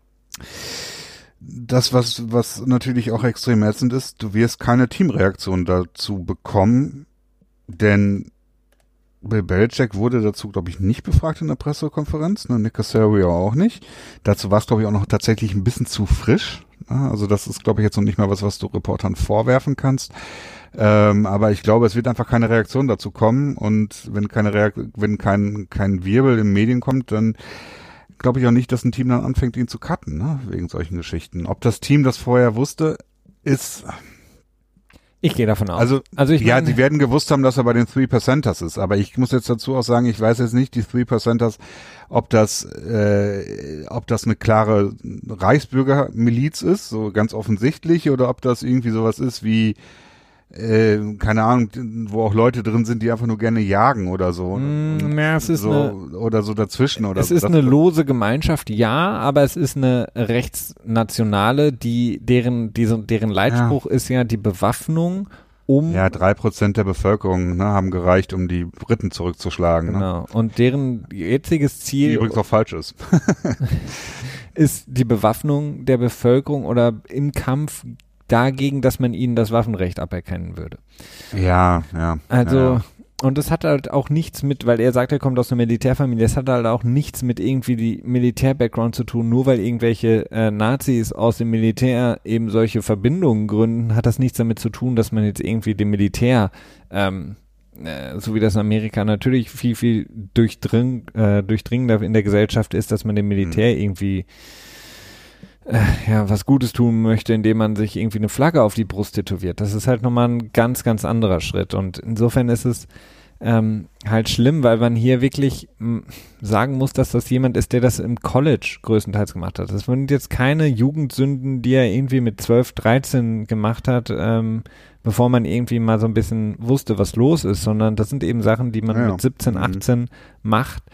Das, was natürlich auch extrem ätzend ist, du wirst keine Teamreaktion dazu bekommen, denn Bill Belichick wurde dazu, glaube ich, nicht befragt in der Pressekonferenz, ne? Nick Caserio auch nicht. Dazu war es, glaube ich, auch noch tatsächlich ein bisschen zu frisch. Ne? Also das ist, glaube ich, jetzt noch nicht mal was du Reportern vorwerfen kannst. Aber ich glaube, es wird einfach keine Reaktion dazu kommen und wenn kein Wirbel in Medien kommt, dann glaube ich auch nicht, dass ein Team dann anfängt, ihn zu cutten, ne? Wegen solchen Geschichten. Ob das Team das vorher wusste, ist... Ich gehe davon aus. Also ich meine, sie werden gewusst haben, dass er bei den 3%ers ist, aber ich muss jetzt dazu auch sagen, ich weiß jetzt nicht, die 3%ers, ob das eine klare Reichsbürgermiliz ist, so ganz offensichtlich, oder ob das irgendwie sowas ist wie keine Ahnung, wo auch Leute drin sind, die einfach nur gerne jagen oder so. Es ist oder so dazwischen oder es so. Es ist eine lose Gemeinschaft, ja, aber es ist eine rechtsnationale, deren Leitspruch ist ja die Bewaffnung Ja, 3% der Bevölkerung haben gereicht, um die Briten zurückzuschlagen. Genau. Ne? Und deren jetziges Ziel die übrigens auch falsch ist. ist die Bewaffnung der Bevölkerung oder im Kampf dagegen, dass man ihnen das Waffenrecht aberkennen würde. Ja. Also, und das hat halt auch nichts mit, weil er sagt, er kommt aus einer Militärfamilie, das hat halt auch nichts mit irgendwie die Militär-Background zu tun, nur weil irgendwelche Nazis aus dem Militär eben solche Verbindungen gründen, hat das nichts damit zu tun, dass man jetzt irgendwie dem Militär, so wie das in Amerika natürlich viel durchdringender in der Gesellschaft ist, dass man dem Militär irgendwie was Gutes tun möchte, indem man sich irgendwie eine Flagge auf die Brust tätowiert. Das ist halt nochmal ein ganz, ganz anderer Schritt. Und insofern ist es halt schlimm, weil man hier wirklich sagen muss, dass das jemand ist, der das im College größtenteils gemacht hat. Das sind jetzt keine Jugendsünden, die er irgendwie mit 12, 13 gemacht hat, bevor man irgendwie mal so ein bisschen wusste, was los ist, sondern das sind eben Sachen, die man mit 17, 18 macht,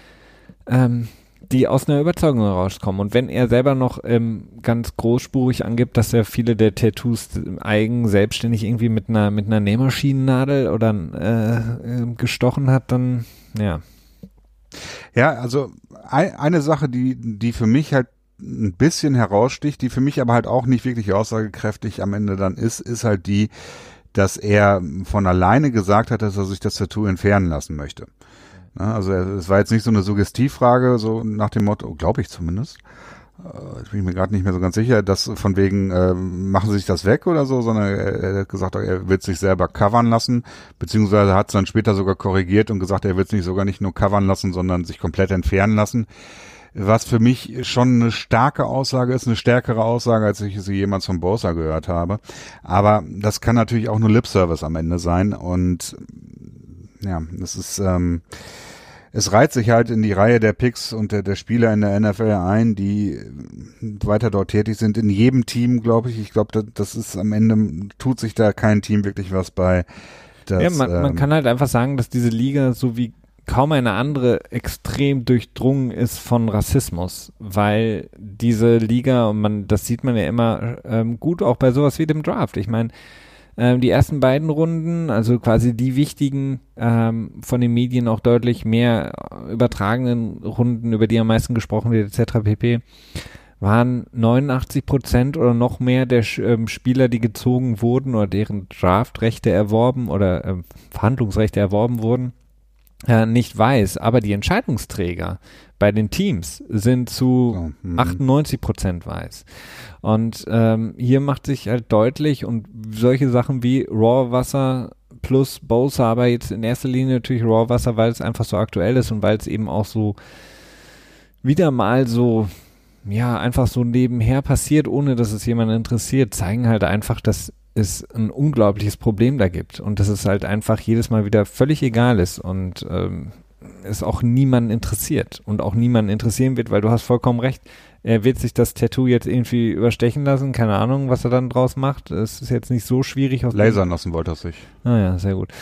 die aus einer Überzeugung herauskommen. Und wenn er selber noch ganz großspurig angibt, dass er viele der Tattoos selbstständig irgendwie mit einer Nähmaschinennadel oder gestochen hat, dann ja. Ja, also eine Sache, die für mich halt ein bisschen heraussticht, die für mich aber halt auch nicht wirklich aussagekräftig am Ende dann ist halt die, dass er von alleine gesagt hat, dass er sich das Tattoo entfernen lassen möchte. Also es war jetzt nicht so eine Suggestivfrage, so nach dem Motto, glaube ich zumindest, ich bin mir gerade nicht mehr so ganz sicher, dass von wegen machen Sie sich das weg oder so, sondern er hat gesagt, er wird sich selber covern lassen, beziehungsweise hat es dann später sogar korrigiert und gesagt, er wird sich sogar nicht nur covern lassen, sondern sich komplett entfernen lassen. was für mich schon eine starke Aussage ist, eine stärkere Aussage, als ich sie jemals von Bosa gehört habe. Aber das kann natürlich auch nur Lip-Service am Ende sein und ja, das ist es reiht sich halt in die Reihe der Picks und der Spieler in der NFL ein, die weiter dort tätig sind. In jedem Team, glaube ich. Ich glaube, das ist am Ende, tut sich da kein Team wirklich was bei. Ja, man kann halt einfach sagen, dass diese Liga so wie kaum eine andere extrem durchdrungen ist von Rassismus, weil diese Liga, und das sieht man ja immer gut auch bei sowas wie dem Draft. Ich meine, die ersten beiden Runden, also quasi die wichtigen, von den Medien auch deutlich mehr übertragenen Runden, über die am meisten gesprochen wird, etc. pp., waren 89% oder noch mehr der Spieler, die gezogen wurden oder deren Draftrechte erworben oder Verhandlungsrechte erworben wurden, nicht weiß. Aber die Entscheidungsträger bei den Teams sind zu 98% weiß. Und hier macht sich halt deutlich, und solche Sachen wie Raw-Wasser plus Bosa, aber jetzt in erster Linie natürlich Raw-Wasser, weil es einfach so aktuell ist und weil es eben auch so wieder mal so, ja, einfach so nebenher passiert, ohne dass es jemanden interessiert, zeigen halt einfach, dass es ein unglaubliches Problem da gibt und dass es halt einfach jedes Mal wieder völlig egal ist und es auch niemanden interessiert und auch niemanden interessieren wird, weil du hast vollkommen recht, er wird sich das Tattoo jetzt irgendwie überstechen lassen, keine Ahnung, was er dann draus macht, es ist jetzt nicht so schwierig. Lasern lassen wollte er sich. Ah ja, sehr gut.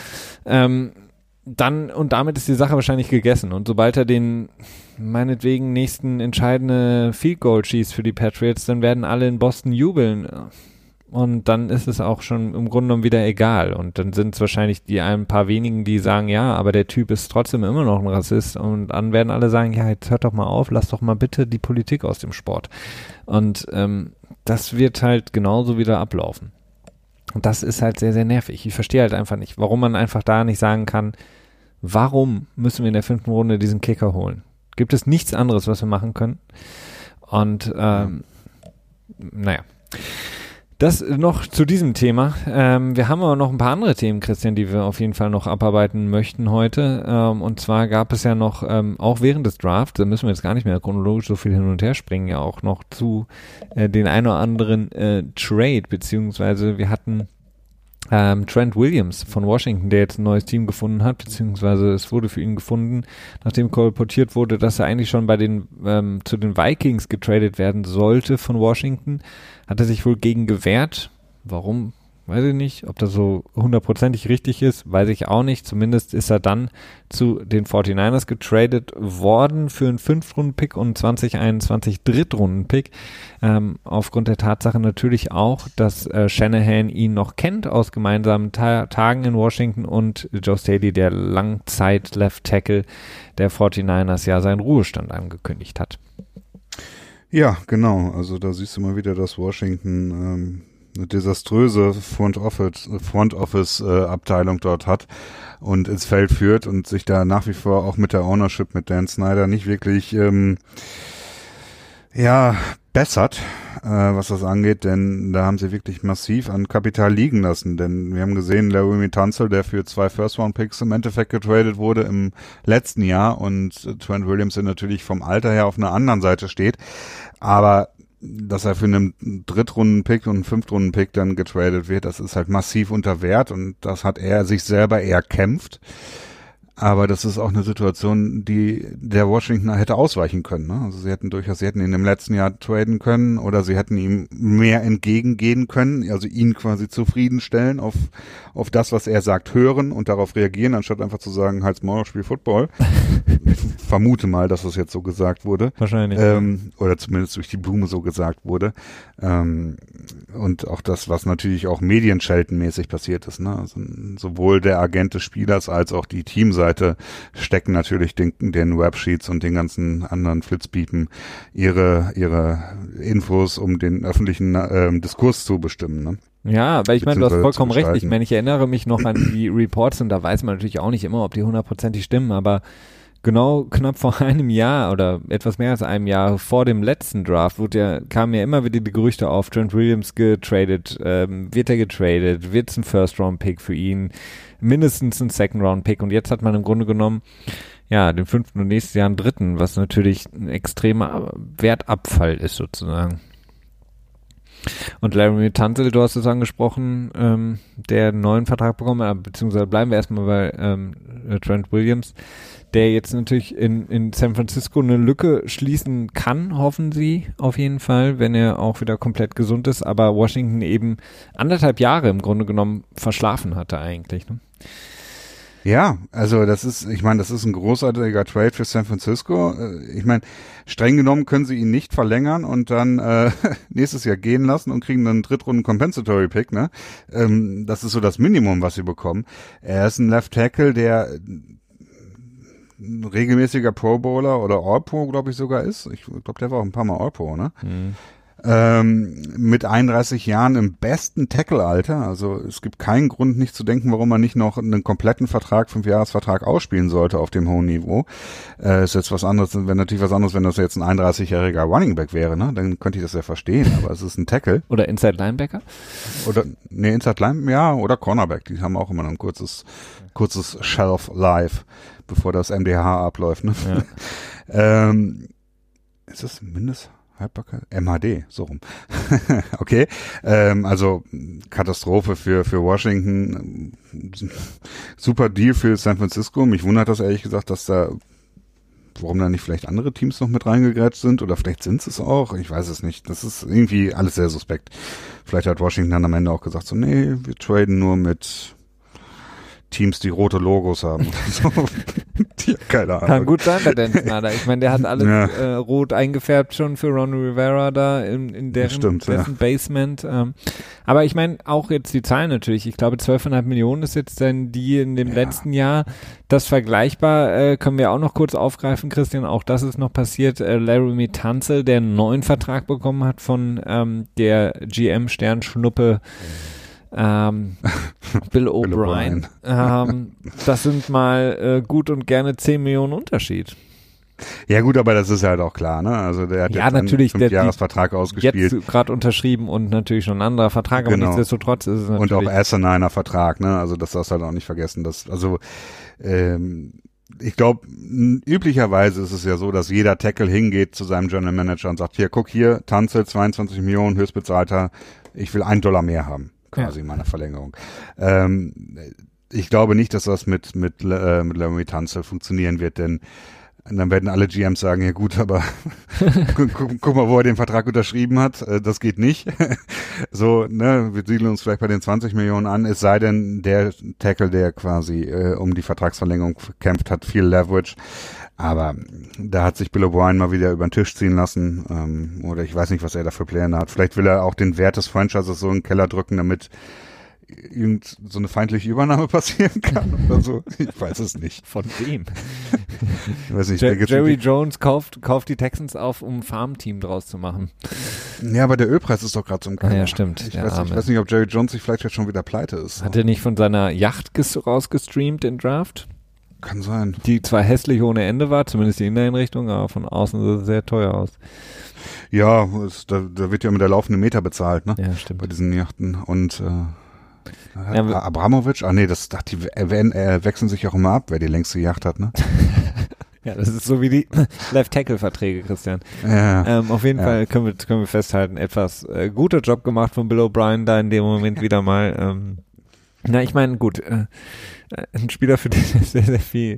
Dann, und damit ist die Sache wahrscheinlich gegessen. Und sobald er den, meinetwegen, nächsten entscheidende Field Goal schießt für die Patriots, dann werden alle in Boston jubeln. Und dann ist es auch schon im Grunde genommen wieder egal. Und dann sind es wahrscheinlich die ein paar wenigen, die sagen, ja, aber der Typ ist trotzdem immer noch ein Rassist. Und dann werden alle sagen, ja, jetzt hört doch mal auf, lass doch mal bitte die Politik aus dem Sport. Und das wird halt genauso wieder ablaufen. Und das ist halt sehr, sehr nervig. Ich verstehe halt einfach nicht, warum man einfach da nicht sagen kann, warum müssen wir in der 5. Runde diesen Kicker holen? Gibt es nichts anderes, was wir machen können? Und naja, das noch zu diesem Thema. Wir haben aber noch ein paar andere Themen, Christian, die wir auf jeden Fall noch abarbeiten möchten heute. Und zwar gab es ja noch, auch während des Drafts, da müssen wir jetzt gar nicht mehr chronologisch so viel hin und her springen, ja auch noch zu den ein oder anderen Trade, beziehungsweise wir hatten Trent Williams von Washington, der jetzt ein neues Team gefunden hat, beziehungsweise es wurde für ihn gefunden, nachdem kolportiert wurde, dass er eigentlich schon bei den zu den Vikings getradet werden sollte von Washington, hat er sich wohl gegen gewehrt. Warum? Weiß ich nicht. Ob das so 100%ig richtig ist, weiß ich auch nicht. Zumindest ist er dann zu den 49ers getradet worden für einen 5-Runden-Pick und 2021 Drittrunden-Pick. Aufgrund der Tatsache natürlich auch, dass Shanahan ihn noch kennt aus gemeinsamen Tagen in Washington und Joe Staley, der Langzeit-Left-Tackle der 49ers, ja seinen Ruhestand angekündigt hat. Ja, genau. Also da siehst du mal wieder, dass Washington eine desaströse Front Office Abteilung dort hat und ins Feld führt und sich da nach wie vor auch mit der Ownership, mit Dan Snyder nicht wirklich bessert, was das angeht, denn da haben sie wirklich massiv an Kapital liegen lassen, denn wir haben gesehen, Laremy Tunsil, der für 2 First-Round-Picks im Endeffekt getradet wurde im letzten Jahr und Trent Williams, der natürlich vom Alter her auf einer anderen Seite steht, aber dass er für einen Drittrunden-Pick und einen 5-Runden-Pick dann getradet wird, das ist halt massiv unter Wert und das hat er sich selber erkämpft. Aber das ist auch eine Situation, die der Washington hätte ausweichen können. Ne? Also sie hätten ihn im letzten Jahr traden können oder sie hätten ihm mehr entgegengehen können, also ihn quasi zufriedenstellen, auf das, was er sagt, hören und darauf reagieren, anstatt einfach zu sagen, halt's Maul, spiel Football. Ich vermute mal, dass das jetzt so gesagt wurde. Wahrscheinlich. Oder zumindest durch die Blume so gesagt wurde. Und auch das, was natürlich auch medienscheltenmäßig passiert ist. Ne? Also sowohl der Agent des Spielers als auch die Teamseite stecken natürlich den Websheets und den ganzen anderen Flitzpiepen ihre Infos, um den öffentlichen Diskurs zu bestimmen. Ne? Ja, aber ich meine, du hast vollkommen recht. Ich meine, ich erinnere mich noch an die Reports und da weiß man natürlich auch nicht immer, ob die 100% stimmen, aber genau knapp vor einem Jahr oder etwas mehr als einem Jahr vor dem letzten Draft kamen ja immer wieder die Gerüchte auf, Trent Williams getradet, wird er getradet, wird es ein First-Round-Pick für ihn, mindestens ein Second-Round-Pick und jetzt hat man im Grunde genommen den 5. und nächstes Jahr einen 3., was natürlich ein extremer Wertabfall ist sozusagen. Und Laremy Tunsil, du hast es angesprochen, der einen neuen Vertrag bekommen hat, beziehungsweise bleiben wir erstmal bei Trent Williams, der jetzt natürlich in San Francisco eine Lücke schließen kann, hoffen sie auf jeden Fall, wenn er auch wieder komplett gesund ist, aber Washington eben 1,5 Jahre im Grunde genommen verschlafen hatte eigentlich, ne? Ja, also das ist ein großartiger Trade für San Francisco. Ich meine, streng genommen können sie ihn nicht verlängern und dann nächstes Jahr gehen lassen und kriegen dann einen Drittrunden Compensatory Pick, ne? Das ist so das Minimum, was sie bekommen. Er ist ein Left Tackle, der ein regelmäßiger Pro Bowler oder All Pro, glaube ich sogar ist. Ich glaube, der war auch ein paar Mal All Pro, ne? Mhm. Mit 31 Jahren im besten Tackle-Alter. Also es gibt keinen Grund, nicht zu denken, warum man nicht noch einen kompletten Vertrag, 5-Jahres-Vertrag ausspielen sollte auf dem hohen Niveau. Ist jetzt was anderes, wenn das jetzt ein 31-jähriger Running Back wäre, ne? Dann könnte ich das ja verstehen, aber es ist ein Tackle. Oder Inside Linebacker? Inside Linebacker, ja, oder Cornerback. Die haben auch immer noch ein kurzes Shelf Life, bevor das MDH abläuft, ne? Ja. Ist das Haltbarkeit? MHD, so rum. Okay, also Katastrophe für Washington. Super Deal für San Francisco. Mich wundert das ehrlich gesagt, warum da nicht vielleicht andere Teams noch mit reingegrätscht sind oder vielleicht sind es auch. Ich weiß es nicht. Das ist irgendwie alles sehr suspekt. Vielleicht hat Washington dann am Ende auch gesagt so, nee, wir traden nur mit Teams, die rote Logos haben. So. Keine Ahnung. Kann gut sein bei Dan Snyder. Ich meine, der hat alles rot eingefärbt schon für Ron Rivera da in dessen Basement. Aber ich meine, auch jetzt die Zahlen natürlich. Ich glaube, 12,5 Millionen ist jetzt dann die in dem letzten Jahr. Das vergleichbar können wir auch noch kurz aufgreifen, Christian. Auch das ist noch passiert. Laremy Tunsil, der einen neuen Vertrag bekommen hat von der GM-Sternschnuppe Bill O'Brien. Das sind mal gut und gerne 10 Millionen Unterschied. Ja gut, aber das ist halt auch klar, ne? Also der hat jetzt natürlich einen 5-Jahres-Vertrag ausgespielt. Jetzt gerade unterschrieben und natürlich schon ein anderer Vertrag, aber nichtsdestotrotz ist es natürlich... Und auch asininer Vertrag, ne? Also das darfst du halt auch nicht vergessen. Ich glaube, üblicherweise ist es ja so, dass jeder Tackle hingeht zu seinem General Manager und sagt, hier, guck hier, Tunsil, 22 Millionen, höchstbezahlter, ich will $1 mehr haben. Quasi in meiner Verlängerung. Ich glaube nicht, dass das mit Laremy Tunsil funktionieren wird, denn dann werden alle GMs sagen, ja gut, aber guck mal, wo er den Vertrag unterschrieben hat, das geht nicht. So, ne, wir siedeln uns vielleicht bei den 20 Millionen an, es sei denn, der Tackle, der quasi um die Vertragsverlängerung kämpft, hat viel Leverage. Aber da hat sich Bill O'Brien mal wieder über den Tisch ziehen lassen, oder ich weiß nicht, was er da für Pläne hat. Vielleicht will er auch den Wert des Franchises so in den Keller drücken, damit irgend so eine feindliche Übernahme passieren kann oder so. Ich weiß es nicht. Von wem? Ich weiß nicht. Jerry Jones kauft die Texans auf, um ein Farmteam draus zu machen. Ja, aber der Ölpreis ist doch gerade so im Keller. Ja, stimmt. Ich weiß nicht, ob Jerry Jones sich vielleicht jetzt schon wieder pleite ist. Hat er nicht von seiner Yacht rausgestreamt in Draft? Kann sein. Die zwar hässlich ohne Ende war, zumindest die Inneneinrichtung, aber von außen sah es sehr teuer aus. Ja, da wird ja immer der laufende Meter bezahlt, ne? Ja, stimmt. Bei diesen Yachten. Und Abramovic? Die wechseln sich auch immer ab, wer die längste Yacht hat, ne? Ja, das ist so wie die Left-Tackle-Verträge, Christian. Ja. Auf jeden Fall können wir festhalten, etwas guter Job gemacht von Bill O'Brien da in dem Moment wieder mal. Ich meine, gut, ein Spieler, für den er sehr, sehr viel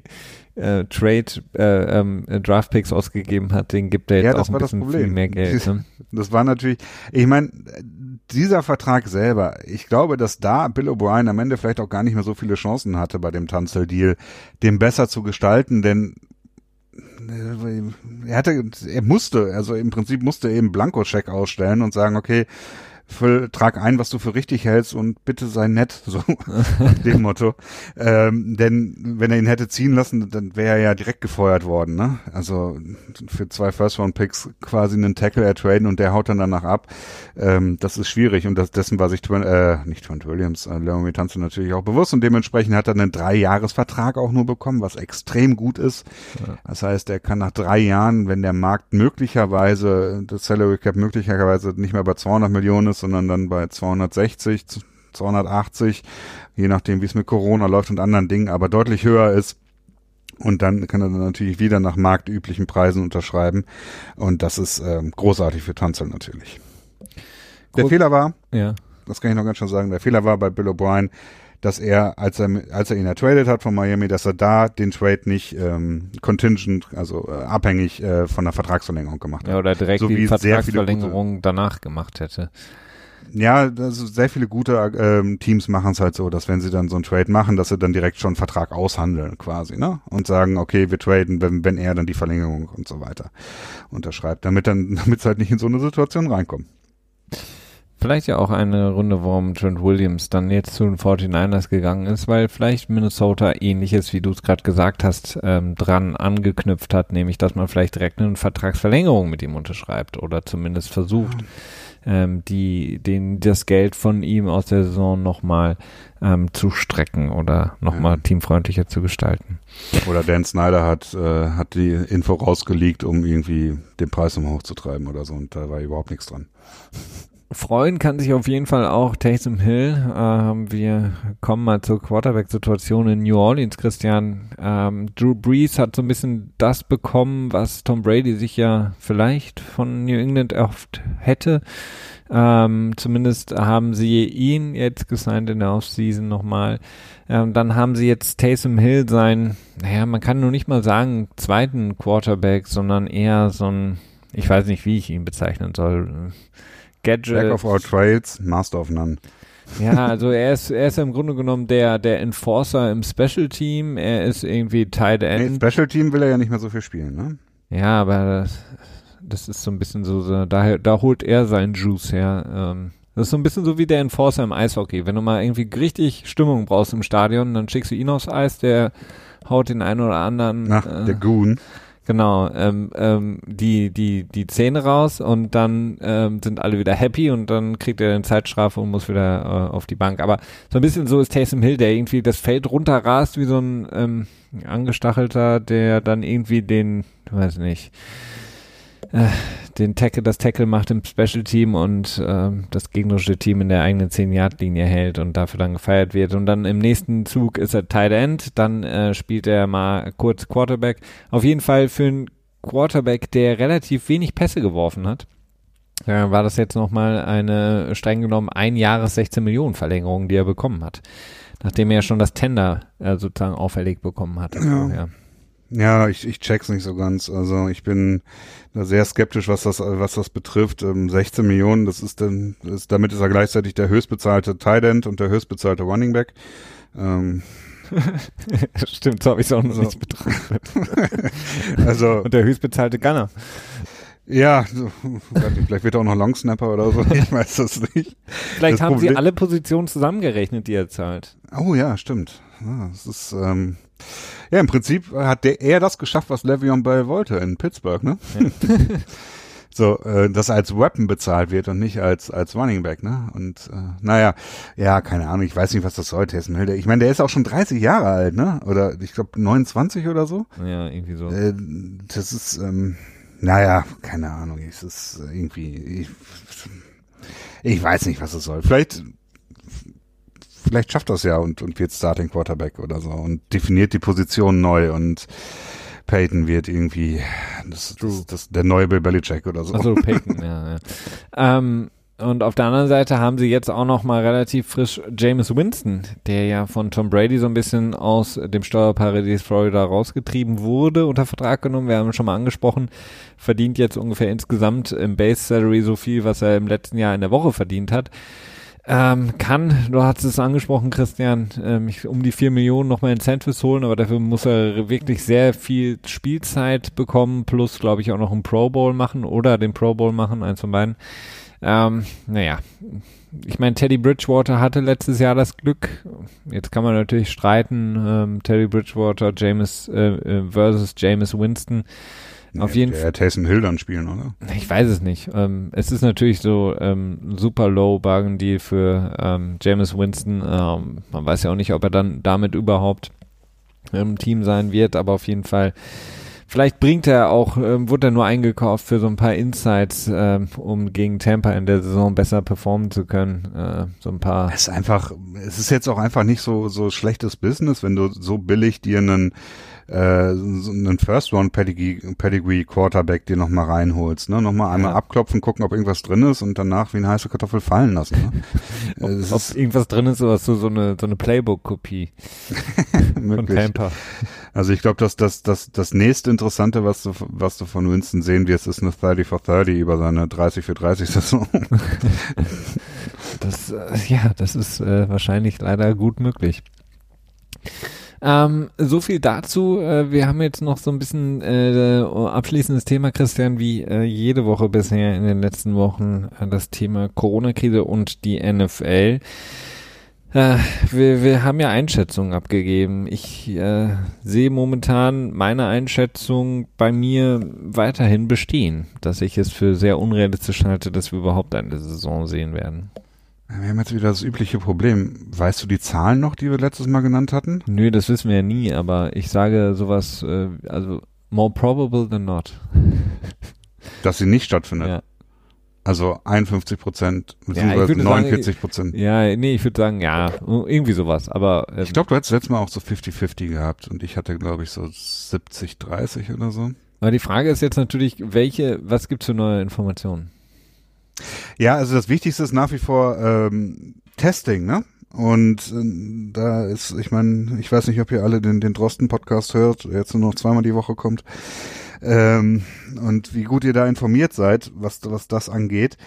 Draft-Picks ausgegeben hat, den gibt er jetzt auch ein bisschen viel mehr Geld. Ne? Das war natürlich, ich meine, dieser Vertrag selber, ich glaube, dass da Bill O'Brien am Ende vielleicht auch gar nicht mehr so viele Chancen hatte bei dem Tunsil-Deal, den besser zu gestalten, denn er musste eben Blankoscheck ausstellen und sagen, okay, trag ein, was du für richtig hältst und bitte sei nett, so nach dem Motto. Denn wenn er ihn hätte ziehen lassen, dann wäre er ja direkt gefeuert worden, ne? Also für 2 First-Round-Picks quasi einen Tackle ertraden und der haut dann danach ab. Das ist schwierig und dessen war sich Trent Williams, Laremy Tunsil natürlich auch bewusst und dementsprechend hat er einen 3-Jahres-Vertrag auch nur bekommen, was extrem gut ist. Ja. Das heißt, er kann nach 3 Jahren, wenn der Markt das Salary Cap möglicherweise nicht mehr bei 200 Millionen ist, sondern dann bei 260, 280, je nachdem, wie es mit Corona läuft und anderen Dingen, aber deutlich höher ist, Und dann kann er dann natürlich wieder nach marktüblichen Preisen unterschreiben. Und das ist großartig für Tunsil natürlich. Der Fehler war, das kann ich noch ganz schön sagen, der Fehler war bei Bill O'Brien, dass er, als er ihn ertradet hat von Miami, dass er da den Trade nicht contingent, also abhängig von der Vertragsverlängerung gemacht hat. Ja, oder direkt so die Vertragsverlängerung danach gemacht hätte. Ja, also sehr viele gute Teams machen es halt so, dass wenn sie dann so einen Trade machen, dass sie dann direkt schon einen Vertrag aushandeln quasi, ne? Und sagen, okay, wir traden, wenn er dann die Verlängerung und so weiter unterschreibt, damit es halt nicht in so eine Situation reinkommt. Vielleicht ja auch eine Runde, warum Trent Williams dann jetzt zu den 49ers gegangen ist, weil vielleicht Minnesota ähnliches, wie du es gerade gesagt hast, dran angeknüpft hat, nämlich, dass man vielleicht direkt eine Vertragsverlängerung mit ihm unterschreibt oder zumindest versucht, das Geld von ihm aus der Saison nochmal zu strecken oder nochmal teamfreundlicher zu gestalten. Oder Dan Snyder hat die Info rausgeleakt, um irgendwie den Preis nochmal hochzutreiben oder so, und da war überhaupt nichts dran. Freuen kann sich auf jeden Fall auch Taysom Hill. Wir kommen mal zur Quarterback-Situation in New Orleans, Christian. Drew Brees hat so ein bisschen das bekommen, was Tom Brady sich ja vielleicht von New England erhofft hätte. Zumindest haben sie ihn jetzt gesigned in der Offseason nochmal. Dann haben sie jetzt Taysom Hill man kann nur nicht mal sagen zweiten Quarterback, sondern eher so ein, ich weiß nicht, wie ich ihn bezeichnen soll, Gadget. Jack of all trades, master of none. Ja, also er ist im Grunde genommen der Enforcer im Special Team. Er ist irgendwie Tight End. Nee, Special Team will er ja nicht mehr so viel spielen, ne? Ja, aber das ist so ein bisschen so da holt er seinen Juice her. Das ist so ein bisschen so wie der Enforcer im Eishockey. Wenn du mal irgendwie richtig Stimmung brauchst im Stadion, dann schickst du ihn aufs Eis, der haut den einen oder anderen. Der Goon. Genau, die Zähne raus und dann sind alle wieder happy und dann kriegt er eine Zeitstrafe und muss wieder auf die Bank. Aber so ein bisschen so ist Taysom Hill, der irgendwie das Feld runterrast wie so ein Angestachelter, der dann irgendwie das Tackle macht im Special Team und das gegnerische Team in der eigenen 10-Yard-Linie hält und dafür dann gefeiert wird. Und dann im nächsten Zug ist er Tight End, dann spielt er mal kurz Quarterback. Auf jeden Fall für einen Quarterback, der relativ wenig Pässe geworfen hat, war das jetzt nochmal eine streng genommen 1 Jahres 16 Millionen Verlängerung, die er bekommen hat. Nachdem er schon das Tender sozusagen auferlegt bekommen hat. Ja, ich check's nicht so ganz. Also ich bin da sehr skeptisch, was das betrifft. 16 Millionen, damit ist er gleichzeitig der höchstbezahlte Tight End und der höchstbezahlte Running Back. Stimmt, so habe ich es auch noch nicht betrachtet. Und der höchstbezahlte Gunner. Ja, vielleicht wird er auch noch Longsnapper oder so, ich weiß das nicht. Vielleicht haben sie alle Positionen zusammengerechnet, die er zahlt. Oh ja, stimmt. Das ist, im Prinzip hat er das geschafft, was Le'Veon Bell wollte in Pittsburgh, ne? Ja. So, dass als Weapon bezahlt wird und nicht als Running Back, ne? Und keine Ahnung, ich weiß nicht, was das soll, Taysom Hill. Ich meine, der ist auch schon 30 Jahre alt, ne? Oder ich glaube 29 oder so. Ja, irgendwie so. Das ist, keine Ahnung, es ist irgendwie, ich weiß nicht, was es soll. Vielleicht schafft das ja und wird Starting Quarterback oder so und definiert die Position neu und Peyton wird irgendwie der neue Bill Belichick oder so. Also Peyton, ja. Und auf der anderen Seite haben sie jetzt auch noch mal relativ frisch Jameis Winston, der ja von Tom Brady so ein bisschen aus dem Steuerparadies Florida rausgetrieben wurde, unter Vertrag genommen. Wir haben ihn schon mal angesprochen, verdient jetzt ungefähr insgesamt im Base Salary so viel, was er im letzten Jahr in der Woche verdient hat. Du hast es angesprochen, Christian, um die 4 Millionen nochmal Incentives holen, aber dafür muss er wirklich sehr viel Spielzeit bekommen, plus, glaube ich, auch noch einen Pro Bowl machen oder den Pro Bowl machen, eins von beiden. Ich meine, Teddy Bridgewater hatte letztes Jahr das Glück, jetzt kann man natürlich streiten, Teddy Bridgewater versus Jameis Winston. Auf jeden Fall. Taysom Hill dann spielen, oder? Ich weiß es nicht. Es ist natürlich so super low Bargain Deal für Jameis Winston. Man weiß ja auch nicht, ob er dann damit überhaupt im Team sein wird, aber auf jeden Fall. Vielleicht wurde er nur eingekauft für so ein paar Insights, um gegen Tampa in der Saison besser performen zu können. Es ist jetzt auch einfach nicht so schlechtes Business, wenn du so billig dir einen so einen First-Round-Pedigree-Quarterback dir nochmal reinholst, ne? Nochmal einmal abklopfen, gucken, ob irgendwas drin ist und danach wie eine heiße Kartoffel fallen lassen. Ne? ob irgendwas drin ist oder hast du so eine Playbook-Kopie von Tampa. Also ich glaube, dass das nächste Interessante, was du von Winston sehen wirst, ist eine 30 for 30 über seine 30 für 30 Saison. Das ist wahrscheinlich leider gut möglich. So viel dazu. Wir haben jetzt noch so ein bisschen abschließendes Thema, Christian, wie jede Woche bisher in den letzten Wochen das Thema Corona-Krise und die NFL. Wir haben ja Einschätzungen abgegeben. Ich sehe momentan meine Einschätzung bei mir weiterhin bestehen, dass ich es für sehr unrealistisch halte, dass wir überhaupt eine Saison sehen werden. Wir haben jetzt wieder das übliche Problem. Weißt du die Zahlen noch, die wir letztes Mal genannt hatten? Nö, das wissen wir ja nie, aber ich sage sowas, also more probable than not. Dass sie nicht stattfindet? Ja. Also 51% beziehungsweise 49%. Ich würde sagen, ja, irgendwie sowas, aber ich glaube, du hättest letztes Mal auch so 50-50 gehabt und ich hatte, glaube ich, so 70-30 oder so. Aber die Frage ist jetzt natürlich, was gibt's für neue Informationen? Ja, also das Wichtigste ist nach wie vor Testing, ne? Und da ist, ich meine, ich weiß nicht, ob ihr alle den Drosten-Podcast hört, der jetzt nur noch zweimal die Woche kommt. Und wie gut ihr da informiert seid, was das angeht.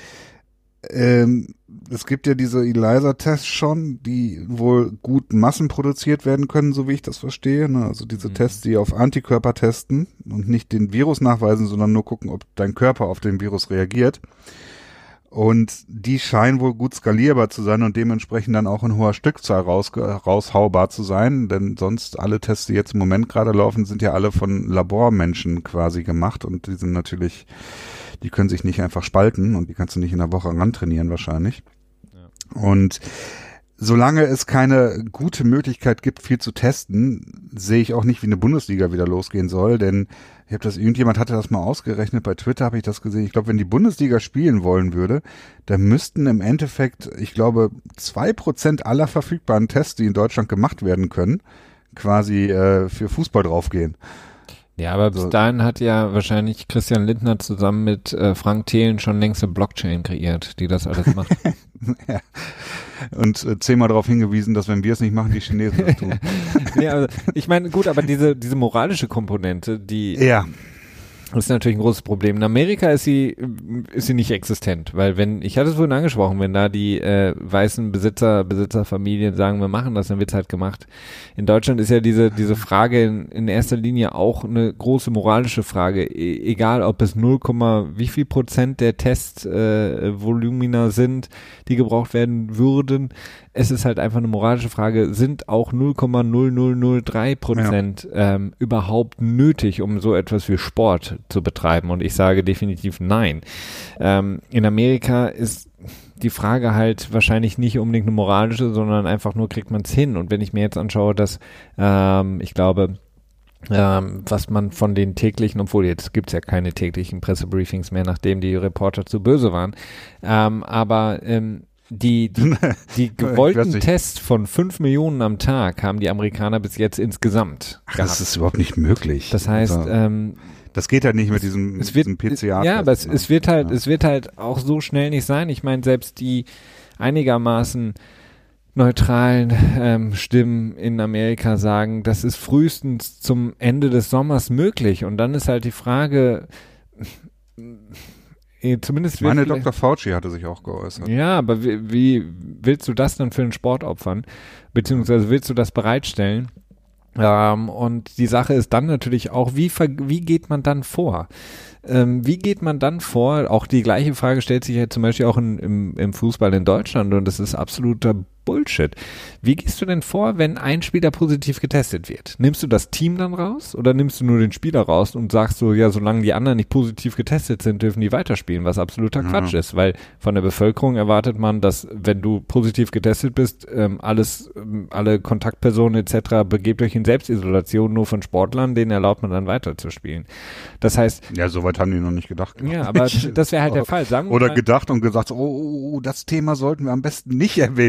Es gibt ja diese ELISA-Tests schon, die wohl gut massenproduziert werden können, so wie ich das verstehe. Ne? Also diese Tests, die auf Antikörper testen und nicht den Virus nachweisen, sondern nur gucken, ob dein Körper auf den Virus reagiert. Und die scheinen wohl gut skalierbar zu sein und dementsprechend dann auch in hoher Stückzahl raushaubar zu sein, denn sonst alle Tests, die jetzt im Moment gerade laufen, sind ja alle von Labormenschen quasi gemacht und die sind natürlich, die können sich nicht einfach spalten und die kannst du nicht in der Woche rantrainieren wahrscheinlich. Ja. Und solange es keine gute Möglichkeit gibt, viel zu testen, sehe ich auch nicht, wie eine Bundesliga wieder losgehen soll, denn irgendjemand hatte das mal ausgerechnet, bei Twitter habe ich das gesehen, ich glaube, wenn die Bundesliga spielen wollen würde, dann müssten im Endeffekt, ich glaube, 2% aller verfügbaren Tests, die in Deutschland gemacht werden können, quasi für Fußball draufgehen. Ja, aber bis dahin hat ja wahrscheinlich Christian Lindner zusammen mit Frank Thelen schon längst eine Blockchain kreiert, die das alles macht. Ja. Und 10-mal darauf hingewiesen, dass wenn wir es nicht machen, die Chinesen das tun. Ja, also ich meine, gut, aber diese moralische Komponente, die ist natürlich ein großes Problem. In Amerika ist sie nicht existent, weil ich hatte es vorhin angesprochen, wenn da die weißen Besitzerfamilien sagen, wir machen das, dann wird's halt gemacht. In Deutschland ist ja diese Frage in erster Linie auch eine große moralische Frage, egal ob es wie viel Prozent der Testvolumina sind, die gebraucht werden würden. Es ist halt einfach eine moralische Frage, sind auch 0,0003% überhaupt nötig, um so etwas wie Sport zu betreiben? Und ich sage definitiv nein. In Amerika ist die Frage halt wahrscheinlich nicht unbedingt eine moralische, sondern einfach nur, kriegt man es hin? Und wenn ich mir jetzt anschaue, dass ich glaube, was man von den täglichen, obwohl jetzt gibt's ja keine täglichen Pressebriefings mehr, nachdem die Reporter zu böse waren, aber die gewollten Tests von 5 Millionen am Tag haben die Amerikaner bis jetzt insgesamt gehabt. Das ist überhaupt nicht möglich. Das heißt, also, das geht halt nicht mit diesem PCR-Test. Ja, aber es wird halt auch so schnell nicht sein. Ich meine, selbst die einigermaßen neutralen Stimmen in Amerika sagen, das ist frühestens zum Ende des Sommers möglich. Und dann ist halt die Frage, zumindest meine Dr. Fauci hatte sich auch geäußert. Ja, aber wie willst du das dann für einen Sport opfern? Beziehungsweise willst du das bereitstellen? Und die Sache ist dann natürlich auch, wie geht man dann vor? Auch die gleiche Frage stellt sich ja zum Beispiel auch im Fußball in Deutschland und das ist absoluter Bullshit. Wie gehst du denn vor, wenn ein Spieler positiv getestet wird? Nimmst du das Team dann raus oder nimmst du nur den Spieler raus und sagst so, ja, solange die anderen nicht positiv getestet sind, dürfen die weiterspielen, was absoluter Quatsch ist, weil von der Bevölkerung erwartet man, dass wenn du positiv getestet bist, alle Kontaktpersonen etc. begebt euch in Selbstisolation, nur von Sportlern, denen erlaubt man dann weiterzuspielen. Das heißt... Ja, soweit haben die noch nicht gedacht. Ja, aber das wäre halt der Fall. Oder gedacht und gesagt, oh, das Thema sollten wir am besten nicht erwähnen, wenn wir über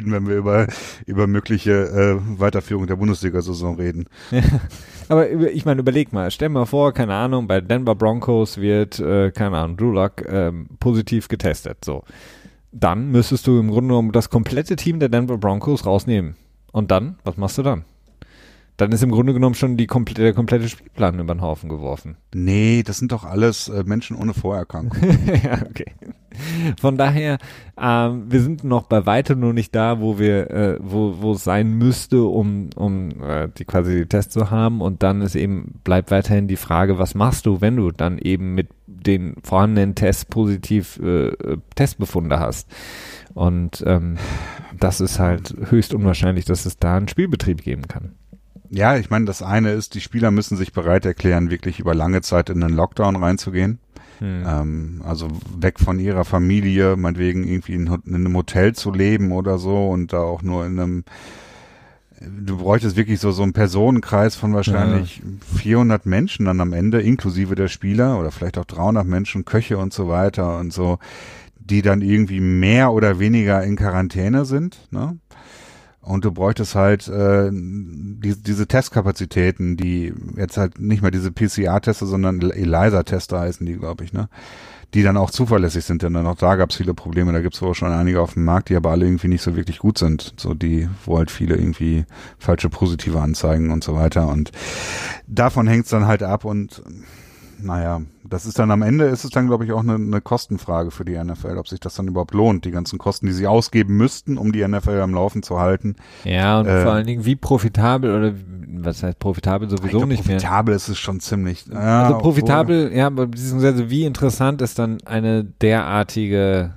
über mögliche Weiterführung der Bundesliga-Saison reden. Ja, aber ich meine, überleg mal, stell mal vor, keine Ahnung, bei Denver Broncos wird, keine Ahnung, Drew Lock positiv getestet, so. Dann müsstest du im Grunde genommen das komplette Team der Denver Broncos rausnehmen. Und dann, was machst du dann? Dann ist im Grunde genommen schon der komplette Spielplan über den Haufen geworfen. Nee, das sind doch alles Menschen ohne Vorerkrankung. Ja, okay. Von daher, wir sind noch bei weitem noch nicht da, wo es sein müsste, um die Tests zu haben. Und dann bleibt weiterhin die Frage, was machst du, wenn du dann eben mit den vorhandenen Tests positiv Testbefunde hast? Und das ist halt höchst unwahrscheinlich, dass es da einen Spielbetrieb geben kann. Ja, ich meine, das eine ist, die Spieler müssen sich bereit erklären, wirklich über lange Zeit in einen Lockdown reinzugehen. Also weg von ihrer Familie, meinetwegen irgendwie in einem Hotel zu leben oder so und da auch nur du bräuchtest wirklich so einen Personenkreis von wahrscheinlich 400 Menschen dann am Ende, inklusive der Spieler oder vielleicht auch 300 Menschen, Köche und so weiter und so, die dann irgendwie mehr oder weniger in Quarantäne sind, ne? Und du bräuchtest halt diese Testkapazitäten, die jetzt halt nicht mehr diese PCR-Teste, sondern ELISA-Tester heißen die, glaube ich, ne? Die dann auch zuverlässig sind, denn dann auch da gab es viele Probleme. Da gibt es wohl schon einige auf dem Markt, die aber alle irgendwie nicht so wirklich gut sind. So wo halt viele irgendwie falsche positive Anzeigen und so weiter. Und davon hängt es dann halt ab und naja, das ist dann am Ende, ist es dann, glaube ich, auch eine Kostenfrage für die NFL, ob sich das dann überhaupt lohnt, die ganzen Kosten, die sie ausgeben müssten, um die NFL am Laufen zu halten. Ja, und vor allen Dingen, wie profitabel oder was heißt profitabel sowieso nicht mehr. Profitabel ist es schon ziemlich. Ja, also profitabel, ja, aber beziehungsweise wie interessant ist dann eine derartige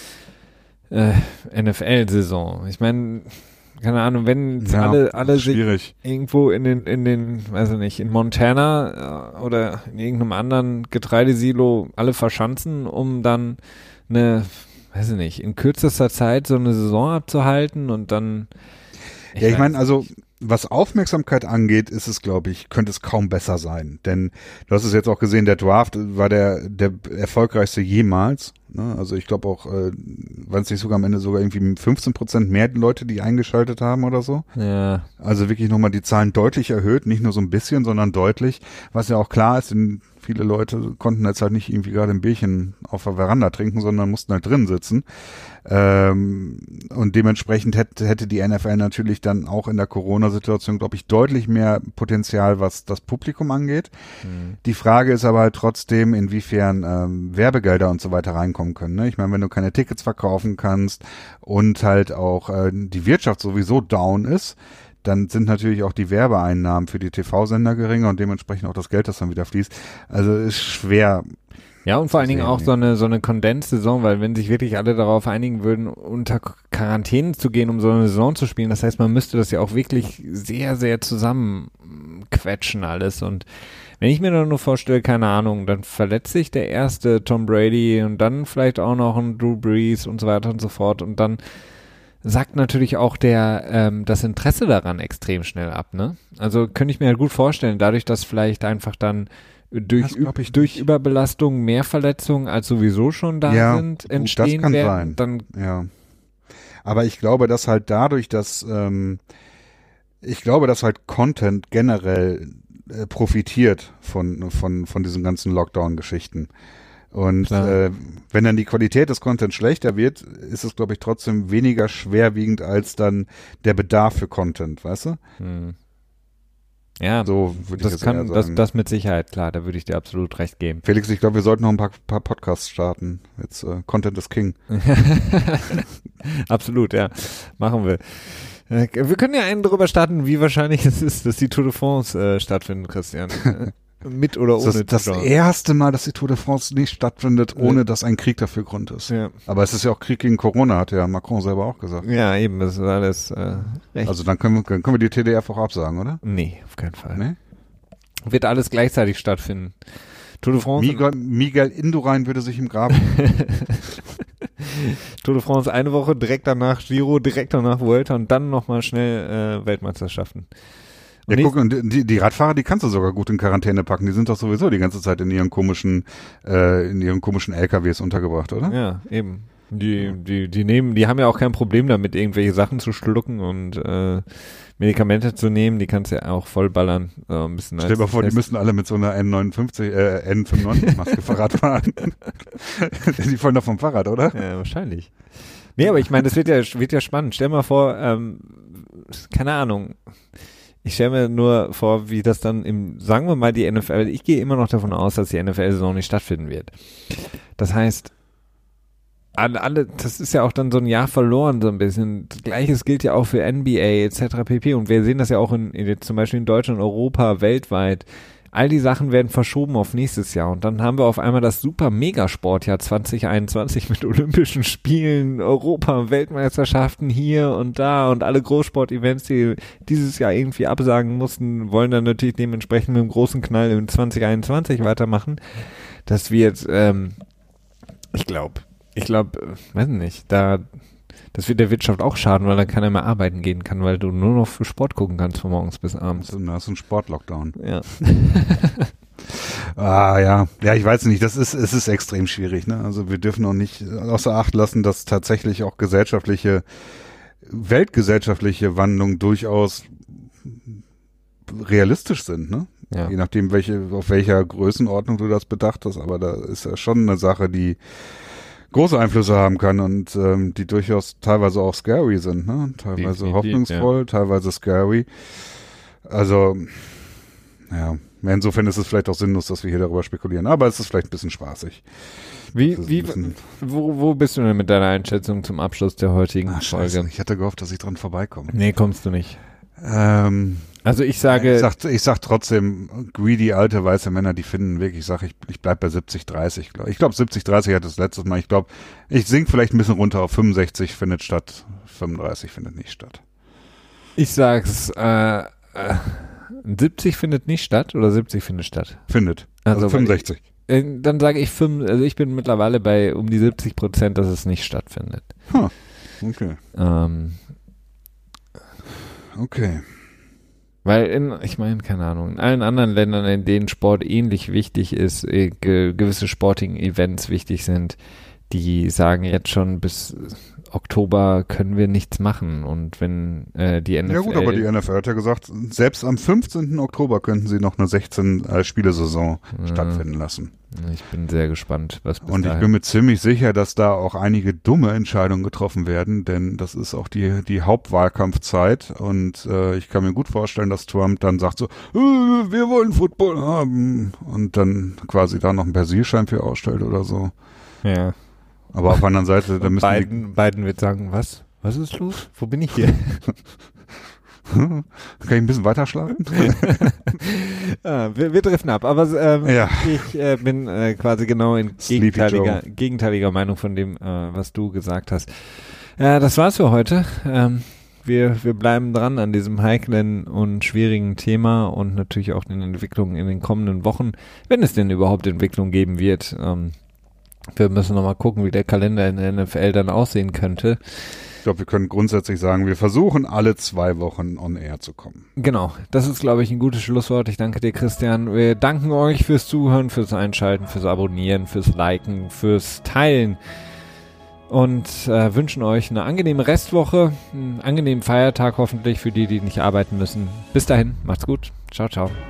NFL-Saison? Ich meine, keine Ahnung, wenn alle sich irgendwo in den, weiß ich nicht, in Montana oder in irgendeinem anderen Getreidesilo alle verschanzen, um dann weiß ich nicht, in kürzester Zeit so eine Saison abzuhalten und dann. Ich meine, also was Aufmerksamkeit angeht, ist es, glaube ich, könnte es kaum besser sein. Denn du hast es jetzt auch gesehen, der Draft war der erfolgreichste jemals. Ne? Also ich glaube auch, waren es nicht sogar am Ende sogar irgendwie 15% mehr Leute, die eingeschaltet haben oder so. Ja. Also wirklich nochmal die Zahlen deutlich erhöht, nicht nur so ein bisschen, sondern deutlich. Was ja auch klar ist, denn viele Leute konnten jetzt halt nicht irgendwie gerade ein Bierchen auf der Veranda trinken, sondern mussten halt drin sitzen. Und dementsprechend hätte die NFL natürlich dann auch in der Corona-Situation, glaube ich, deutlich mehr Potenzial, was das Publikum angeht. Die Frage ist aber halt trotzdem, inwiefern Werbegelder und so weiter reinkommen können. Ne? Ich meine, wenn du keine Tickets verkaufen kannst und halt auch die Wirtschaft sowieso down ist, dann sind natürlich auch die Werbeeinnahmen für die TV-Sender geringer und dementsprechend auch das Geld, das dann wieder fließt. Also ist schwer. Ja, und vor allen Dingen auch so eine Kondenssaison, weil wenn sich wirklich alle darauf einigen würden, unter Quarantäne zu gehen, um so eine Saison zu spielen, das heißt, man müsste das ja auch wirklich sehr, sehr zusammenquetschen alles. Und wenn ich mir dann nur vorstelle, keine Ahnung, dann verletzt sich der erste Tom Brady und dann vielleicht auch noch ein Drew Brees und so weiter und so fort und dann sagt natürlich auch das Interesse daran extrem schnell ab, ne? Also könnte ich mir halt gut vorstellen, dadurch, dass vielleicht einfach dann durch Überbelastung mehr Verletzungen als sowieso schon da sind, entstehen das kann werden. Sein. Ja. Aber ich glaube, dass halt dadurch, dass Content generell profitiert von diesen ganzen Lockdown-Geschichten. Und wenn dann die Qualität des Contents schlechter wird, ist es, glaube ich, trotzdem weniger schwerwiegend als dann der Bedarf für Content, weißt du? Ja, so würde ich sagen. Das mit Sicherheit, klar, da würde ich dir absolut recht geben. Felix, ich glaube, wir sollten noch ein paar Podcasts starten. Jetzt Content is King. Absolut, ja. Machen wir. Wir können ja einen darüber starten, wie wahrscheinlich es ist, dass die Tour de France stattfindet, Christian. Mit oder ohne das erste Mal, dass die Tour de France nicht stattfindet, ohne dass ein Krieg dafür Grund ist. Ja. Aber es ist ja auch Krieg gegen Corona, hat ja Macron selber auch gesagt. Ja, eben, das ist alles recht. Also dann können wir die TDF auch absagen, oder? Nee, auf keinen Fall. Nee? Wird alles gleichzeitig stattfinden. Tour de France. Miguel Indurain würde sich im Graben. Tour de France eine Woche, direkt danach Giro, direkt danach Vuelta und dann nochmal schnell Weltmeisterschaften. Ja, guck, und die Radfahrer, die kannst du sogar gut in Quarantäne packen. Die sind doch sowieso die ganze Zeit in ihren komischen LKWs untergebracht, oder? Ja, eben. Die haben ja auch kein Problem damit, irgendwelche Sachen zu schlucken und Medikamente zu nehmen, die kannst du ja auch vollballern. Ein bisschen. Stell dir mal vor, die müssen alle mit so einer N95-Maske Fahrrad fahren. Die fallen doch vom Fahrrad, oder? Ja, wahrscheinlich. Nee, aber ich meine, das wird ja spannend. Stell dir mal vor, keine Ahnung, ich stelle mir nur vor, wie das dann sagen wir mal die NFL, ich gehe immer noch davon aus, dass die NFL-Saison nicht stattfinden wird. Das heißt, das ist ja auch dann so ein Jahr verloren, so ein bisschen. Gleiches gilt ja auch für NBA etc. pp. Und wir sehen das ja auch zum Beispiel in Deutschland, Europa, weltweit. All die Sachen werden verschoben auf nächstes Jahr. Und dann haben wir auf einmal das super Megasportjahr 2021 mit Olympischen Spielen, Europa, Weltmeisterschaften hier und da und alle Großsport-Events, die dieses Jahr irgendwie absagen mussten, wollen dann natürlich dementsprechend mit dem großen Knall in 2021 weitermachen. Das wird, ich glaube, weiß nicht, das wird der Wirtschaft auch schaden, weil dann keiner mehr arbeiten gehen kann, weil du nur noch für Sport gucken kannst von morgens bis abends. Da ist ein Sportlockdown. Ja. Ja, ich weiß nicht, es ist extrem schwierig, ne? Also wir dürfen auch nicht außer Acht lassen, dass tatsächlich auch weltgesellschaftliche Wandlungen durchaus realistisch sind, ne? Ja. Je nachdem, auf welcher Größenordnung du das bedachtest, aber da ist ja schon eine Sache, die große Einflüsse haben kann und die durchaus teilweise auch scary sind, ne? Teilweise definitiv, hoffnungsvoll, ja. Teilweise scary. Also, ja, insofern ist es vielleicht auch sinnlos, dass wir hier darüber spekulieren, aber es ist vielleicht ein bisschen spaßig. Wo bist du denn mit deiner Einschätzung zum Abschluss der heutigen Folge? Ich hatte gehofft, dass ich dran vorbeikomme. Nee, kommst du nicht. Also ich sage... Ich sag trotzdem, greedy alte weiße Männer, die finden wirklich, ich bleib bei 70-30. Ich glaube 70-30 hat das letztes Mal. Ich sink vielleicht ein bisschen runter auf 65 findet statt, 35 findet nicht statt. Ich sag's, 70 findet nicht statt oder 70 findet statt? Findet. Also 65. Dann sage ich ich bin mittlerweile bei um die 70%, dass es nicht stattfindet. Okay. Okay. Weil ich meine, keine Ahnung, in allen anderen Ländern, in denen Sport ähnlich wichtig ist, gewisse Sporting-Events wichtig sind, die sagen jetzt schon, bis Oktober können wir nichts machen. Und wenn die NFL... Ja gut, aber die NFL hat ja gesagt, selbst am 15. Oktober könnten sie noch eine 16-Spiele-Saison stattfinden lassen. Ich bin sehr gespannt, was bis Und ich bin mir ziemlich sicher, dass da auch einige dumme Entscheidungen getroffen werden, denn das ist auch die Hauptwahlkampfzeit und ich kann mir gut vorstellen, dass Trump dann sagt so, wir wollen Football haben und dann quasi da noch einen Persilschein für ausstellt oder so. Ja. Aber auf der anderen Seite, da müssen Biden wird sagen, was? Was ist los? Wo bin ich hier? Kann ich ein bisschen weiterschlafen? Wir driften ab, aber ich bin quasi genau in gegenteiliger Meinung von dem, was du gesagt hast. Das war's für heute. Wir bleiben dran an diesem heiklen und schwierigen Thema und natürlich auch den Entwicklungen in den kommenden Wochen, wenn es denn überhaupt Entwicklung geben wird. Wir müssen nochmal gucken, wie der Kalender in der NFL dann aussehen könnte. Ich glaube, wir können grundsätzlich sagen, wir versuchen alle 2 Wochen on air zu kommen. Genau, das ist, glaube ich, ein gutes Schlusswort. Ich danke dir, Christian. Wir danken euch fürs Zuhören, fürs Einschalten, fürs Abonnieren, fürs Liken, fürs Teilen und wünschen euch eine angenehme Restwoche, einen angenehmen Feiertag hoffentlich für die, die nicht arbeiten müssen. Bis dahin, macht's gut. Ciao, ciao.